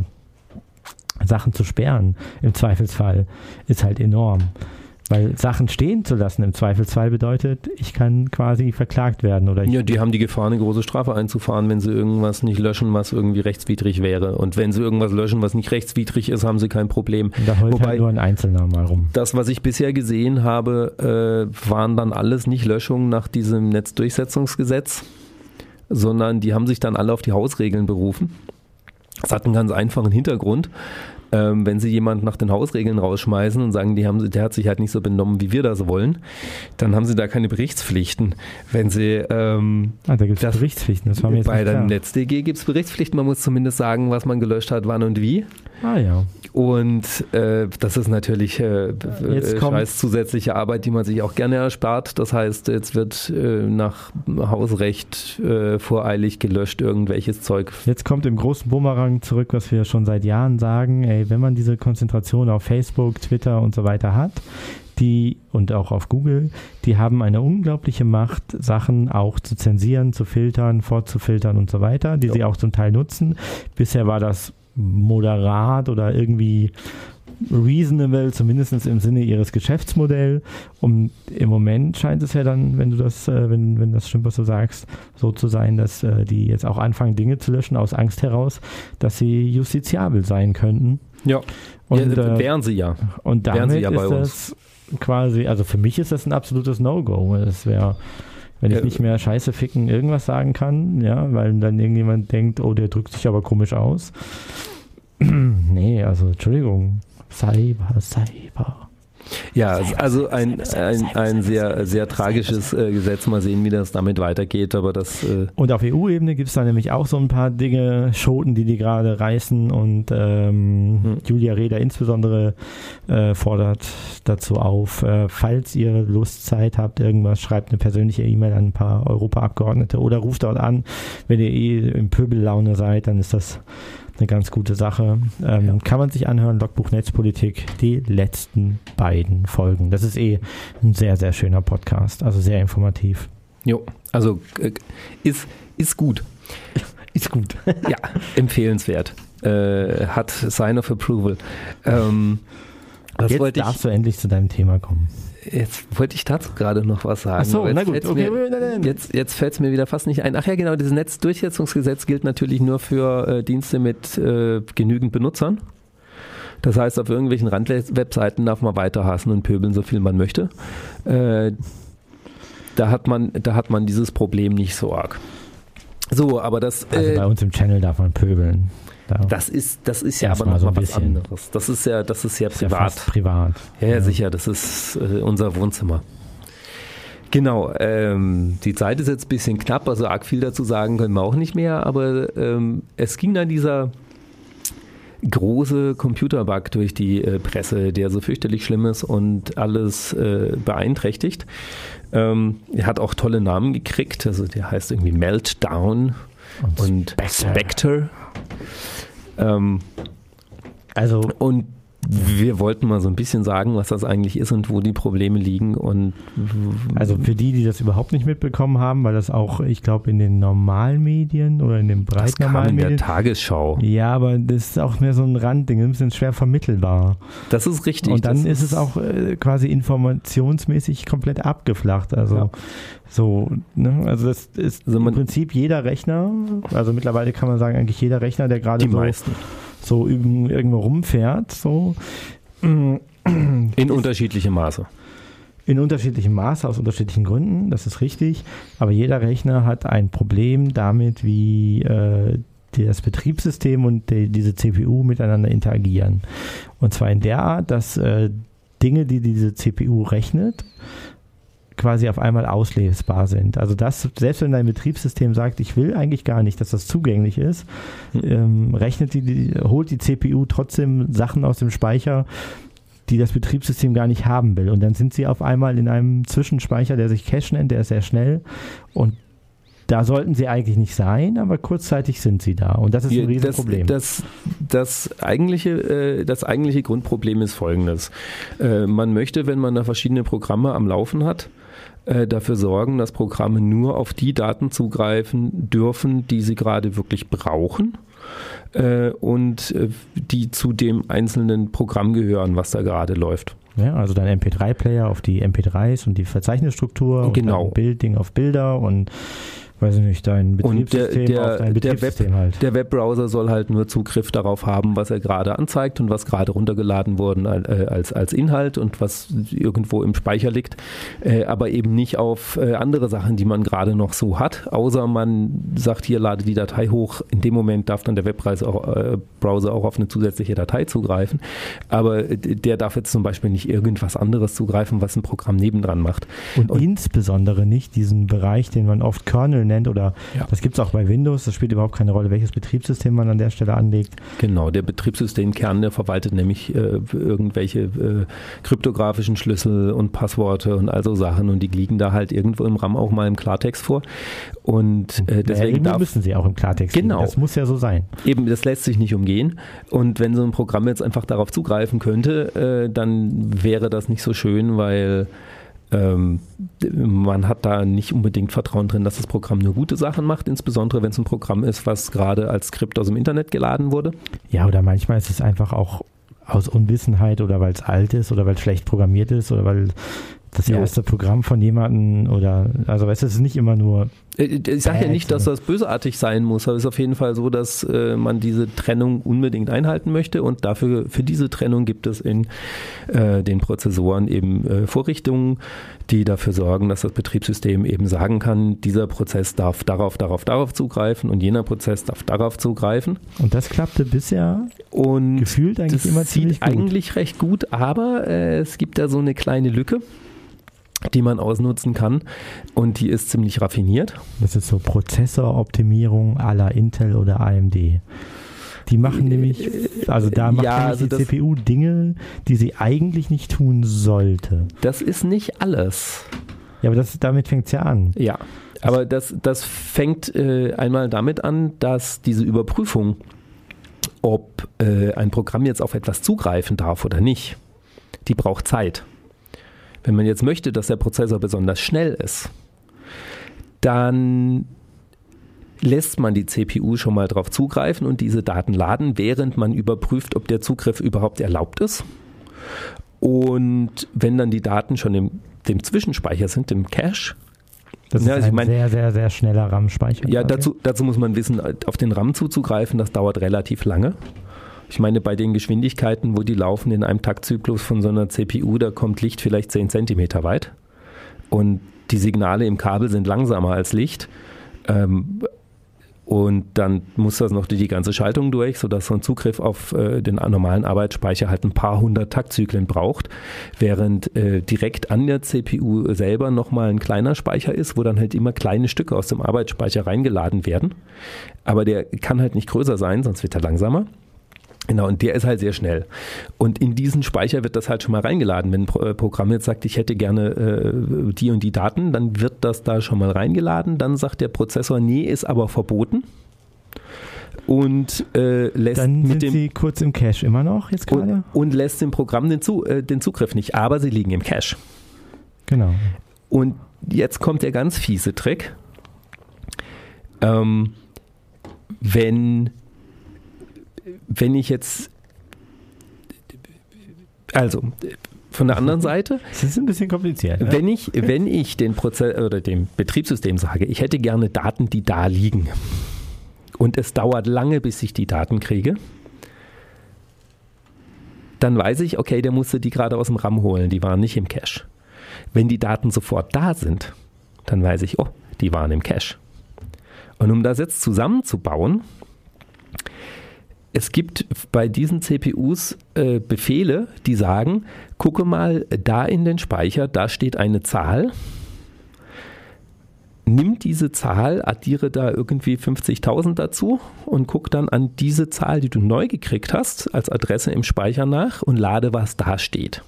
Sachen zu sperren, im Zweifelsfall, ist halt enorm. Weil Sachen stehen zu lassen im Zweifelsfall bedeutet, ich kann quasi verklagt werden. Oder
die haben die Gefahr, eine große Strafe einzufahren, wenn sie irgendwas nicht löschen, was irgendwie rechtswidrig wäre. Und wenn sie irgendwas löschen, was nicht rechtswidrig ist, haben sie kein Problem.
Da heult halt nur ein Einzelner mal rum.
Das, was ich bisher gesehen habe, waren dann alles nicht Löschungen nach diesem Netzdurchsetzungsgesetz, sondern die haben sich dann alle auf die Hausregeln berufen. Das hat einen ganz einfachen Hintergrund. Wenn sie jemanden nach den Hausregeln rausschmeißen und sagen, der hat sich halt nicht so benommen, wie wir das wollen, dann haben sie da keine Berichtspflichten. Wenn sie
da gibt es Berichtspflichten, das war mir jetzt
bei
nicht
der
klar.
NetzDG gibt es Berichtspflichten, man muss zumindest sagen, was man gelöscht hat, wann und wie.
Ja.
Und das ist natürlich scheiß zusätzliche Arbeit, die man sich auch gerne erspart. Das heißt, jetzt wird nach Hausrecht voreilig gelöscht, irgendwelches Zeug.
Jetzt kommt im großen Bumerang zurück, was wir schon seit Jahren sagen, wenn man diese Konzentration auf Facebook, Twitter und so weiter hat, und auch auf Google, die haben eine unglaubliche Macht, Sachen auch zu zensieren, zu filtern, fortzufiltern und so weiter, die sie auch zum Teil nutzen. Bisher war das moderat oder irgendwie reasonable, zumindest im Sinne ihres Geschäftsmodells. Und im Moment scheint es ja dann, wenn du das, wenn das stimmt, was du sagst, so zu sein, dass die jetzt auch anfangen, Dinge zu löschen aus Angst heraus, dass sie justiziabel sein könnten.
Ja, und wären sie ja.
Und damit
sie ja bei
ist
uns.
Das quasi, also für mich ist das ein absolutes No-Go. Das wäre, wenn ich nicht mehr Scheiße ficken irgendwas sagen kann, ja, weil dann irgendjemand denkt, oh, der drückt sich aber komisch aus. Nee, also Entschuldigung. Cyber.
Ja, also ein sehr, sehr tragisches Gesetz. Mal sehen, wie das damit weitergeht. Aber das
Und auf EU-Ebene gibt es da nämlich auch so ein paar Dinge, Schoten, die gerade reißen. Und Julia Reda insbesondere fordert dazu auf, falls ihr Lust, Zeit habt, irgendwas, schreibt eine persönliche E-Mail an ein paar Europaabgeordnete oder ruft dort an. Wenn ihr in Pöbellaune seid, dann ist das eine ganz gute Sache. Kann man sich anhören, Logbuch Netzpolitik, die letzten beiden Folgen. Das ist ein sehr, sehr schöner Podcast, also sehr informativ.
Jo, also ist gut.
Ist gut.
Ja, empfehlenswert. Hat Sign of Approval.
Jetzt darfst du endlich zu deinem Thema kommen.
Jetzt wollte ich dazu gerade noch was sagen.
Ach so, na gut. Okay.
Jetzt fällt es mir wieder fast nicht ein. Ach ja, genau, dieses Netzdurchsetzungsgesetz gilt natürlich nur für Dienste mit genügend Benutzern. Das heißt, auf irgendwelchen Randwebseiten darf man weiter hassen und pöbeln, so viel man möchte. Da hat man dieses Problem nicht so arg. So, aber das...
Also bei uns im Channel darf man pöbeln.
Das ist ja aber noch mal was anderes. Das ist ja privat.
Ja, privat.
Ja, sicher, das ist unser Wohnzimmer. Genau, die Zeit ist jetzt ein bisschen knapp, also arg viel dazu sagen können wir auch nicht mehr, aber es ging dann dieser große Computerbug durch die Presse, der so fürchterlich schlimm ist und alles beeinträchtigt. Er hat auch tolle Namen gekriegt, also der heißt irgendwie Meltdown und Spectre. Und wir wollten mal so ein bisschen sagen, was das eigentlich ist und wo die Probleme liegen. Und
also für die das überhaupt nicht mitbekommen haben, weil das auch, ich glaube, in den normalen Medien oder in den breiten normalen Medien.
Das kam in der Tagesschau.
Ja, aber das ist auch mehr so ein Randding, ein bisschen schwer vermittelbar.
Das ist richtig.
Und dann ist es auch quasi informationsmäßig komplett abgeflacht. Also ja. So, ne? Also das ist im Prinzip jeder Rechner, also mittlerweile kann man sagen, eigentlich jeder Rechner, der gerade so irgendwo rumfährt, so
in unterschiedlichem Maße.
In unterschiedlichem Maße, aus unterschiedlichen Gründen, das ist richtig. Aber jeder Rechner hat ein Problem damit, wie das Betriebssystem und diese CPU miteinander interagieren. Und zwar in der Art, dass Dinge, die diese CPU rechnet, quasi auf einmal auslesbar sind. Also das, selbst wenn dein Betriebssystem sagt, ich will eigentlich gar nicht, dass das zugänglich ist, holt die CPU trotzdem Sachen aus dem Speicher, die das Betriebssystem gar nicht haben will. Und dann sind sie auf einmal in einem Zwischenspeicher, der sich Cache nennt, der ist sehr schnell und da sollten sie eigentlich nicht sein, aber kurzzeitig sind sie da. Und das ist ein Riesenproblem.
Das eigentliche Grundproblem ist folgendes. Man möchte, wenn man da verschiedene Programme am Laufen hat, dafür sorgen, dass Programme nur auf die Daten zugreifen dürfen, die sie gerade wirklich brauchen und die zu dem einzelnen Programm gehören, was da gerade läuft.
Ja, also dein MP3-Player auf die MP3s und die Verzeichnisstruktur
genau.
Und Bildding auf Bilder und weiß ich nicht, dein Betriebssystem auf dein Betriebssystem halt.
Der Webbrowser soll halt nur Zugriff darauf haben, was er gerade anzeigt und was gerade runtergeladen worden als Inhalt und was irgendwo im Speicher liegt, aber eben nicht auf andere Sachen, die man gerade noch so hat, außer man sagt, hier lade die Datei hoch. In dem Moment darf dann der Webbrowser auch auf eine zusätzliche Datei zugreifen, aber der darf jetzt zum Beispiel nicht irgendwas anderes zugreifen, was ein Programm nebendran macht.
Und insbesondere nicht diesen Bereich, den man oft Kernel nennt oder das gibt es auch bei Windows, das spielt überhaupt keine Rolle, welches Betriebssystem man an der Stelle anlegt.
Genau, der Betriebssystemkern, der verwaltet nämlich irgendwelche kryptografischen Schlüssel und Passworte und all so Sachen und die liegen da halt irgendwo im RAM auch mal im Klartext vor und deswegen
müssen sie auch im Klartext liegen. Das muss ja so sein.
Eben, das lässt sich nicht umgehen und wenn so ein Programm jetzt einfach darauf zugreifen könnte, dann wäre das nicht so schön, weil man hat da nicht unbedingt Vertrauen drin, dass das Programm nur gute Sachen macht, insbesondere wenn es ein Programm ist, was gerade als Skript aus dem Internet geladen wurde.
Ja, oder manchmal ist es einfach auch aus Unwissenheit oder weil es alt ist oder weil es schlecht programmiert ist oder weil das erste Programm von jemandem also weißt du, es ist nicht immer nur.
Ich sage ja nicht, dass das bösartig sein muss, aber es ist auf jeden Fall so, dass man diese Trennung unbedingt einhalten möchte und für diese Trennung gibt es in den Prozessoren eben Vorrichtungen, die dafür sorgen, dass das Betriebssystem eben sagen kann, dieser Prozess darf darauf zugreifen und jener Prozess darf darauf zugreifen.
Und das klappte bisher und gefühlt eigentlich immer ziemlich gut.
Das sieht eigentlich recht gut, aber es gibt da so eine kleine Lücke, die man ausnutzen kann und die ist ziemlich raffiniert.
Das ist so Prozessoroptimierung à la Intel oder AMD. Die machen nämlich, also da macht die CPU Dinge, die sie eigentlich nicht tun sollte.
Das ist nicht alles.
Ja, aber damit fängt es ja an.
Ja, aber das fängt einmal damit an, dass diese Überprüfung, ob ein Programm jetzt auf etwas zugreifen darf oder nicht, die braucht Zeit. Wenn man jetzt möchte, dass der Prozessor besonders schnell ist, dann lässt man die CPU schon mal drauf zugreifen und diese Daten laden, während man überprüft, ob der Zugriff überhaupt erlaubt ist. Und wenn dann die Daten schon im Zwischenspeicher sind, im Cache,
das ist sehr, sehr, sehr schneller RAM-Speicher.
Ja, dazu muss man wissen, auf den RAM zuzugreifen, das dauert relativ lange. Ich meine, bei den Geschwindigkeiten, wo die laufen in einem Taktzyklus von so einer CPU, da kommt Licht vielleicht 10 Zentimeter weit. Und die Signale im Kabel sind langsamer als Licht. Und dann muss das noch die ganze Schaltung durch, sodass so ein Zugriff auf den normalen Arbeitsspeicher halt ein paar hundert Taktzyklen braucht, während direkt an der CPU selber nochmal ein kleiner Speicher ist, wo dann halt immer kleine Stücke aus dem Arbeitsspeicher reingeladen werden. Aber der kann halt nicht größer sein, sonst wird er langsamer. Genau, und der ist halt sehr schnell. Und in diesen Speicher wird das halt schon mal reingeladen. Wenn ein Programm jetzt sagt, ich hätte gerne die und die Daten, dann wird das da schon mal reingeladen. Dann sagt der Prozessor, nee, ist aber verboten. Und lässt
dann sind sie kurz im Cache immer noch jetzt gerade?
Und lässt dem Programm den Zugriff nicht. Aber sie liegen im Cache.
Genau.
Und jetzt kommt der ganz fiese Trick. Wenn ich jetzt, also von der anderen Seite,
das ist ein bisschen kompliziert. Ne?
Wenn ich den Prozess oder dem Betriebssystem sage, ich hätte gerne Daten, die da liegen und es dauert lange, bis ich die Daten kriege, dann weiß ich, okay, der musste die gerade aus dem RAM holen, die waren nicht im Cache. Wenn die Daten sofort da sind, dann weiß ich, oh, die waren im Cache. Und um das jetzt zusammenzubauen, es gibt bei diesen CPUs Befehle, die sagen, gucke mal da in den Speicher, da steht eine Zahl, nimm diese Zahl, addiere da irgendwie 50.000 dazu und guck dann an diese Zahl, die du neu gekriegt hast, als Adresse im Speicher nach und lade, was da steht.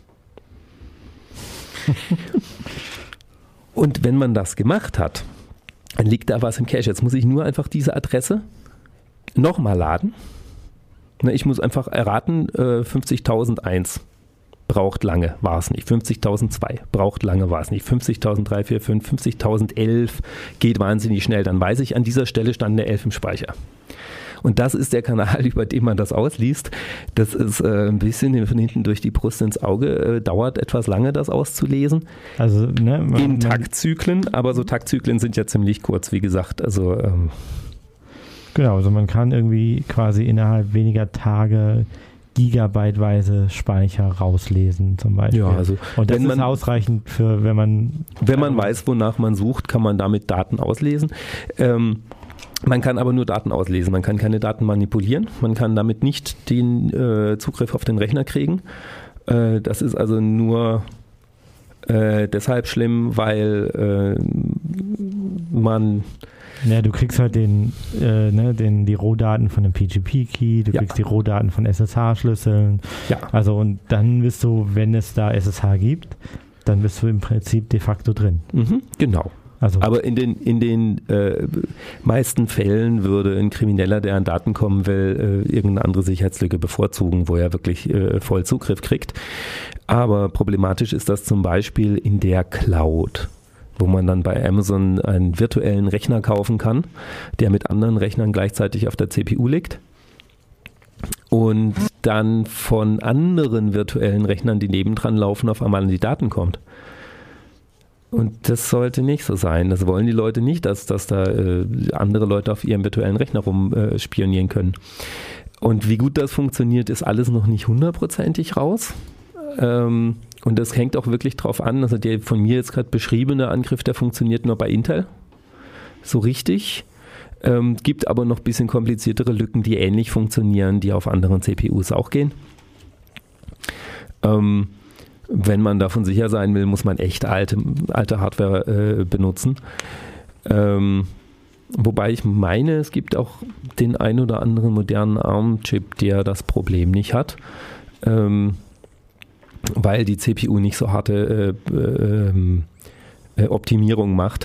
Und wenn man das gemacht hat, dann liegt da was im Cache. Jetzt muss ich nur einfach diese Adresse nochmal laden. Ich muss einfach erraten, 50.001 braucht lange, war es nicht. 50.002 braucht lange, war es nicht. 50.345, 50.011 geht wahnsinnig schnell. Dann weiß ich, an dieser Stelle stand eine 11 im Speicher. Und das ist der Kanal, über den man das ausliest. Das ist ein bisschen von hinten durch die Brust ins Auge. Dauert etwas lange, das auszulesen.
Also
in Taktzyklen, aber so Taktzyklen sind ja ziemlich kurz, wie gesagt. Also
genau, also man kann irgendwie quasi innerhalb weniger Tage gigabyteweise Speicher rauslesen zum Beispiel.
Ja, also
und das ist ausreichend für, wenn man
weiß, wonach man sucht, kann man damit Daten auslesen. Man kann aber nur Daten auslesen, man kann keine Daten manipulieren, man kann damit nicht den Zugriff auf den Rechner kriegen. Das ist also nur deshalb schlimm, weil man...
Ja, du kriegst halt die Rohdaten von dem PGP-Key, du kriegst die Rohdaten von SSH-Schlüsseln. Ja. Also und dann bist du, wenn es da SSH gibt, dann bist du im Prinzip de facto drin.
Mhm, genau. Also. Aber in den meisten Fällen würde ein Krimineller, der an Daten kommen will, irgendeine andere Sicherheitslücke bevorzugen, wo er wirklich voll Zugriff kriegt. Aber problematisch ist das zum Beispiel in der Cloud, wo man dann bei Amazon einen virtuellen Rechner kaufen kann, der mit anderen Rechnern gleichzeitig auf der CPU liegt und dann von anderen virtuellen Rechnern, die nebendran laufen, auf einmal an die Daten kommt. Und das sollte nicht so sein. Das wollen die Leute nicht, dass da andere Leute auf ihrem virtuellen Rechner rumspionieren können. Und wie gut das funktioniert, ist alles noch nicht 100%ig raus. Und das hängt auch wirklich drauf an. Also der von mir jetzt gerade beschriebene Angriff, der funktioniert nur bei Intel. So richtig. Gibt aber noch ein bisschen kompliziertere Lücken, die ähnlich funktionieren, die auf anderen CPUs auch gehen. Wenn man davon sicher sein will, muss man echt alte Hardware benutzen. Wobei ich meine, es gibt auch den ein oder anderen modernen ARM-Chip, der das Problem nicht hat, weil die CPU nicht so harte Optimierung macht.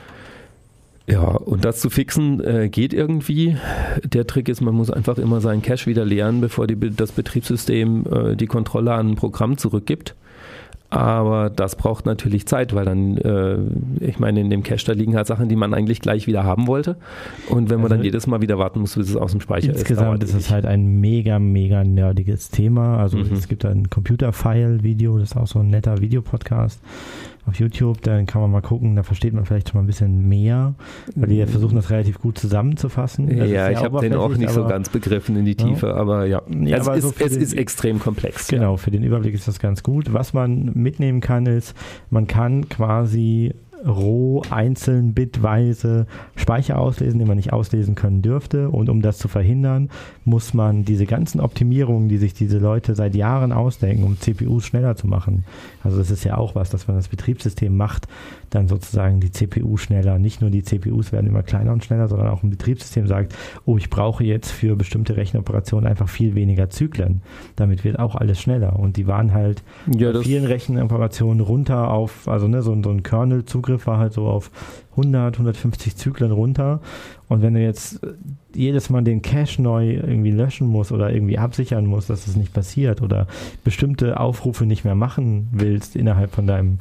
Ja, und das zu fixen geht irgendwie. Der Trick ist, man muss einfach immer seinen Cache wieder leeren, bevor das Betriebssystem die Kontrolle an ein Programm zurückgibt. Aber das braucht natürlich Zeit, weil dann, ich meine, in dem Cache, da liegen halt Sachen, die man eigentlich gleich wieder haben wollte. Und wenn man dann jedes Mal wieder warten muss, bis es aus dem Speicher ist.
Insgesamt ist es halt ein mega, mega nerdiges Thema. Also es gibt ein Computerfile-Video, das ist auch so ein netter Videopodcast auf YouTube, dann kann man mal gucken, da versteht man vielleicht schon mal ein bisschen mehr, weil die ja versuchen, das relativ gut zusammenzufassen.
Ja, ich habe den auch nicht so ganz begriffen in die Tiefe, aber ja, es ist extrem komplex.
Genau, für den Überblick ist das ganz gut. Was man mitnehmen kann, ist, man kann quasi roh einzeln bitweise Speicher auslesen, den man nicht auslesen können dürfte, und um das zu verhindern, muss man diese ganzen Optimierungen, die sich diese Leute seit Jahren ausdenken, um CPUs schneller zu machen. Also das ist ja auch was, dass man das Betriebssystem macht, dann sozusagen die CPU schneller. Nicht nur die CPUs werden immer kleiner und schneller, sondern auch ein Betriebssystem sagt, oh, ich brauche jetzt für bestimmte Rechenoperationen einfach viel weniger Zyklen. Damit wird auch alles schneller. Und die waren halt bei vielen Rechenoperationen runter auf, also so ein Kernel-Zugriff war halt so auf 100, 150 Zyklen runter. Und wenn du jetzt jedes Mal den Cache neu irgendwie löschen musst oder irgendwie absichern musst, dass das nicht passiert, oder bestimmte Aufrufe nicht mehr machen willst innerhalb von deinem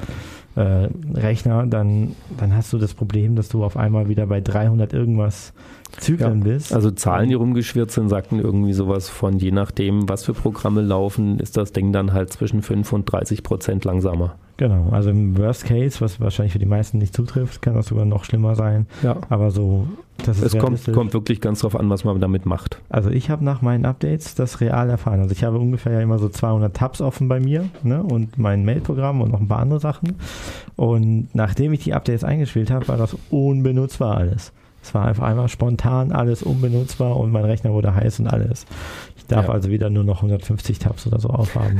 Rechner, dann hast du das Problem, dass du auf einmal wieder bei 300 irgendwas Zyklen bist.
Also Zahlen, die rumgeschwirrt sind, sagten irgendwie sowas von, je nachdem, was für Programme laufen, ist das Ding dann halt zwischen 5 und 30% langsamer.
Genau, also im Worst Case, was wahrscheinlich für die meisten nicht zutrifft, kann das sogar noch schlimmer sein. Ja. Aber so, das ist
es kommt wirklich ganz drauf an, was man damit macht.
Also ich habe nach meinen Updates das real erfahren. Also ich habe ungefähr ja immer so 200 Tabs offen bei mir, ne, und mein Mail-Programm und noch ein paar andere Sachen. Und nachdem ich die Updates eingespielt habe, war das unbenutzbar alles. Es war einfach einmal spontan alles unbenutzbar und mein Rechner wurde heiß und alles. Ich darf also wieder nur noch 150 Tabs oder so aufhaben.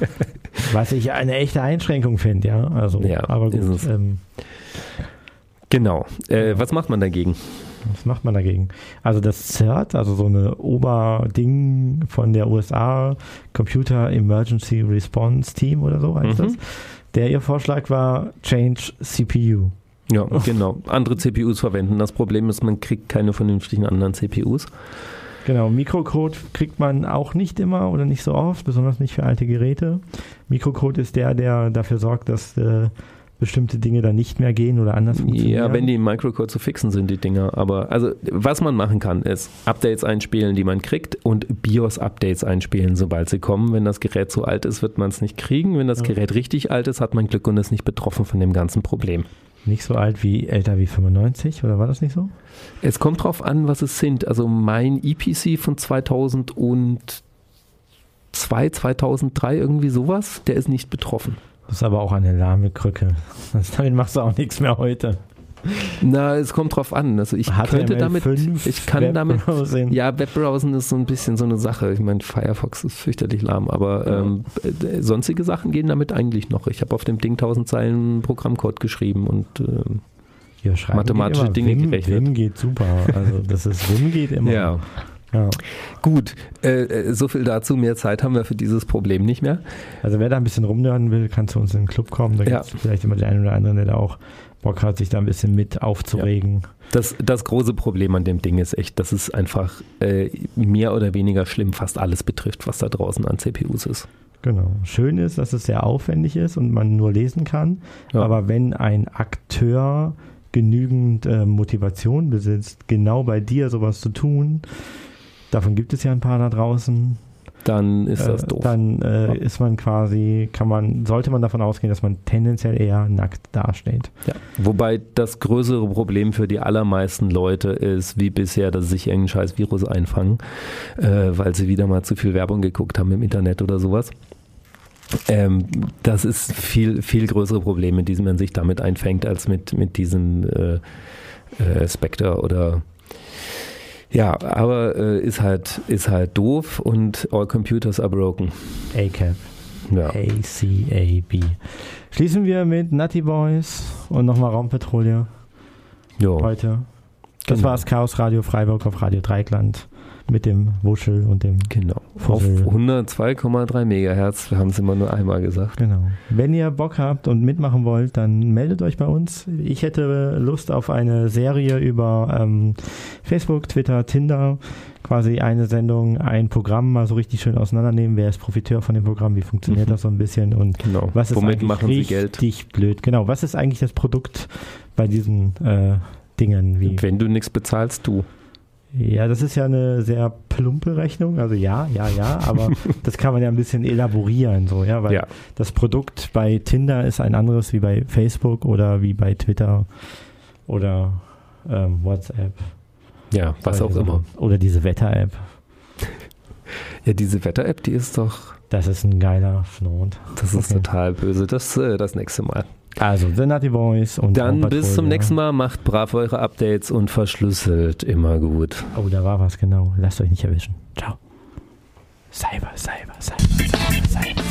Was ich eine echte Einschränkung finde, ja. Also, aber gut.
Genau. Was macht man dagegen?
Was macht man dagegen? Also das CERT, also so eine Oberding von der USA, Computer Emergency Response Team oder so heißt das. Ihr Vorschlag war Change CPU.
Ja, genau. Andere CPUs verwenden. Das Problem ist, man kriegt keine vernünftigen anderen CPUs.
Genau, Mikrocode kriegt man auch nicht immer oder nicht so oft, besonders nicht für alte Geräte. Mikrocode ist der dafür sorgt, dass bestimmte Dinge dann nicht mehr gehen oder anders funktionieren.
Ja, wenn die im Microcode zu fixen sind, die Dinger. Aber also, was man machen kann, ist Updates einspielen, die man kriegt, und BIOS-Updates einspielen, sobald sie kommen. Wenn das Gerät zu alt ist, wird man es nicht kriegen. Wenn das Gerät richtig alt ist, hat man Glück und ist nicht betroffen von dem ganzen Problem.
Nicht so alt wie älter wie 95, oder war das nicht so?
Es kommt drauf an, was es sind. Also mein EPC von 2002, 2003, irgendwie sowas, der ist nicht betroffen.
Das ist aber auch eine lahme Krücke. Damit machst du auch nichts mehr heute.
Na, es kommt drauf an. Also ich könnte damit, Webbrowsen ist so ein bisschen so eine Sache. Ich meine, Firefox ist fürchterlich lahm, aber sonstige Sachen gehen damit eigentlich noch. Ich habe auf dem Ding 1000 Zeilen Programmcode geschrieben und mathematische Dinge gerechnet.
Vim geht super. Also Vim geht immer.
Ja. Gut, so viel dazu. Mehr Zeit haben wir für dieses Problem nicht mehr.
Also wer da ein bisschen rumlernen will, kann zu uns in den Club kommen. Da gibt es vielleicht immer den einen oder anderen, der da auch Bock hat, sich da ein bisschen mit aufzuregen.
Ja. Das große Problem an dem Ding ist echt, dass es einfach mehr oder weniger schlimm fast alles betrifft, was da draußen an CPUs ist.
Genau. Schön ist, dass es sehr aufwendig ist und man nur lesen kann. Ja. Aber wenn ein Akteur genügend Motivation besitzt, genau bei dir sowas zu tun, davon gibt es ja ein paar da draußen,
dann ist das doof.
Dann ist man quasi, sollte man davon ausgehen, dass man tendenziell eher nackt dasteht.
Ja. Wobei das größere Problem für die allermeisten Leute ist, wie bisher, dass sie sich irgendein scheiß Virus einfangen, weil sie wieder mal zu viel Werbung geguckt haben im Internet oder sowas. Das ist viel, viel größere Probleme, die man sich damit einfängt, als mit diesem Spectre oder ja, aber ist halt doof und all computers are broken.
ACAB.
Ja.
ACAB. Schließen wir mit Nutty Boys und nochmal Raumpatrouille heute. Das
Genau.
war das Chaos Radio Freiburg auf Radio Dreieckland mit dem Wuschel und dem
Auf
Fussel.
102,3 Megahertz, wir haben es immer nur einmal gesagt.
Genau. Wenn ihr Bock habt und mitmachen wollt, dann meldet euch bei uns. Ich hätte Lust auf eine Serie über Facebook, Twitter, Tinder. Quasi eine Sendung, ein Programm mal so richtig schön auseinandernehmen. Wer ist Profiteur von dem Programm? Wie funktioniert das so ein bisschen? Und was ist
Womit
eigentlich
machen sie Geld?
richtig blöd? Genau. Was ist eigentlich das Produkt bei diesen Dingen?
Wenn du nichts bezahlst, du.
Ja, das ist ja eine sehr plumpe Rechnung, also ja, aber das kann man ja ein bisschen elaborieren, so, ja, weil das Produkt bei Tinder ist ein anderes wie bei Facebook oder wie bei Twitter oder WhatsApp.
Ja, was auch immer.
Oder diese Wetter-App.
Ja, diese Wetter-App, die ist doch...
Das ist ein geiler Schnurrt.
Das ist total böse. Das nächste Mal.
Also, The Nutty Boys und
dann bis zum nächsten Mal. Macht brav eure Updates und verschlüsselt immer gut.
Oh, da war was, genau. Lasst euch nicht erwischen. Ciao. Cyber.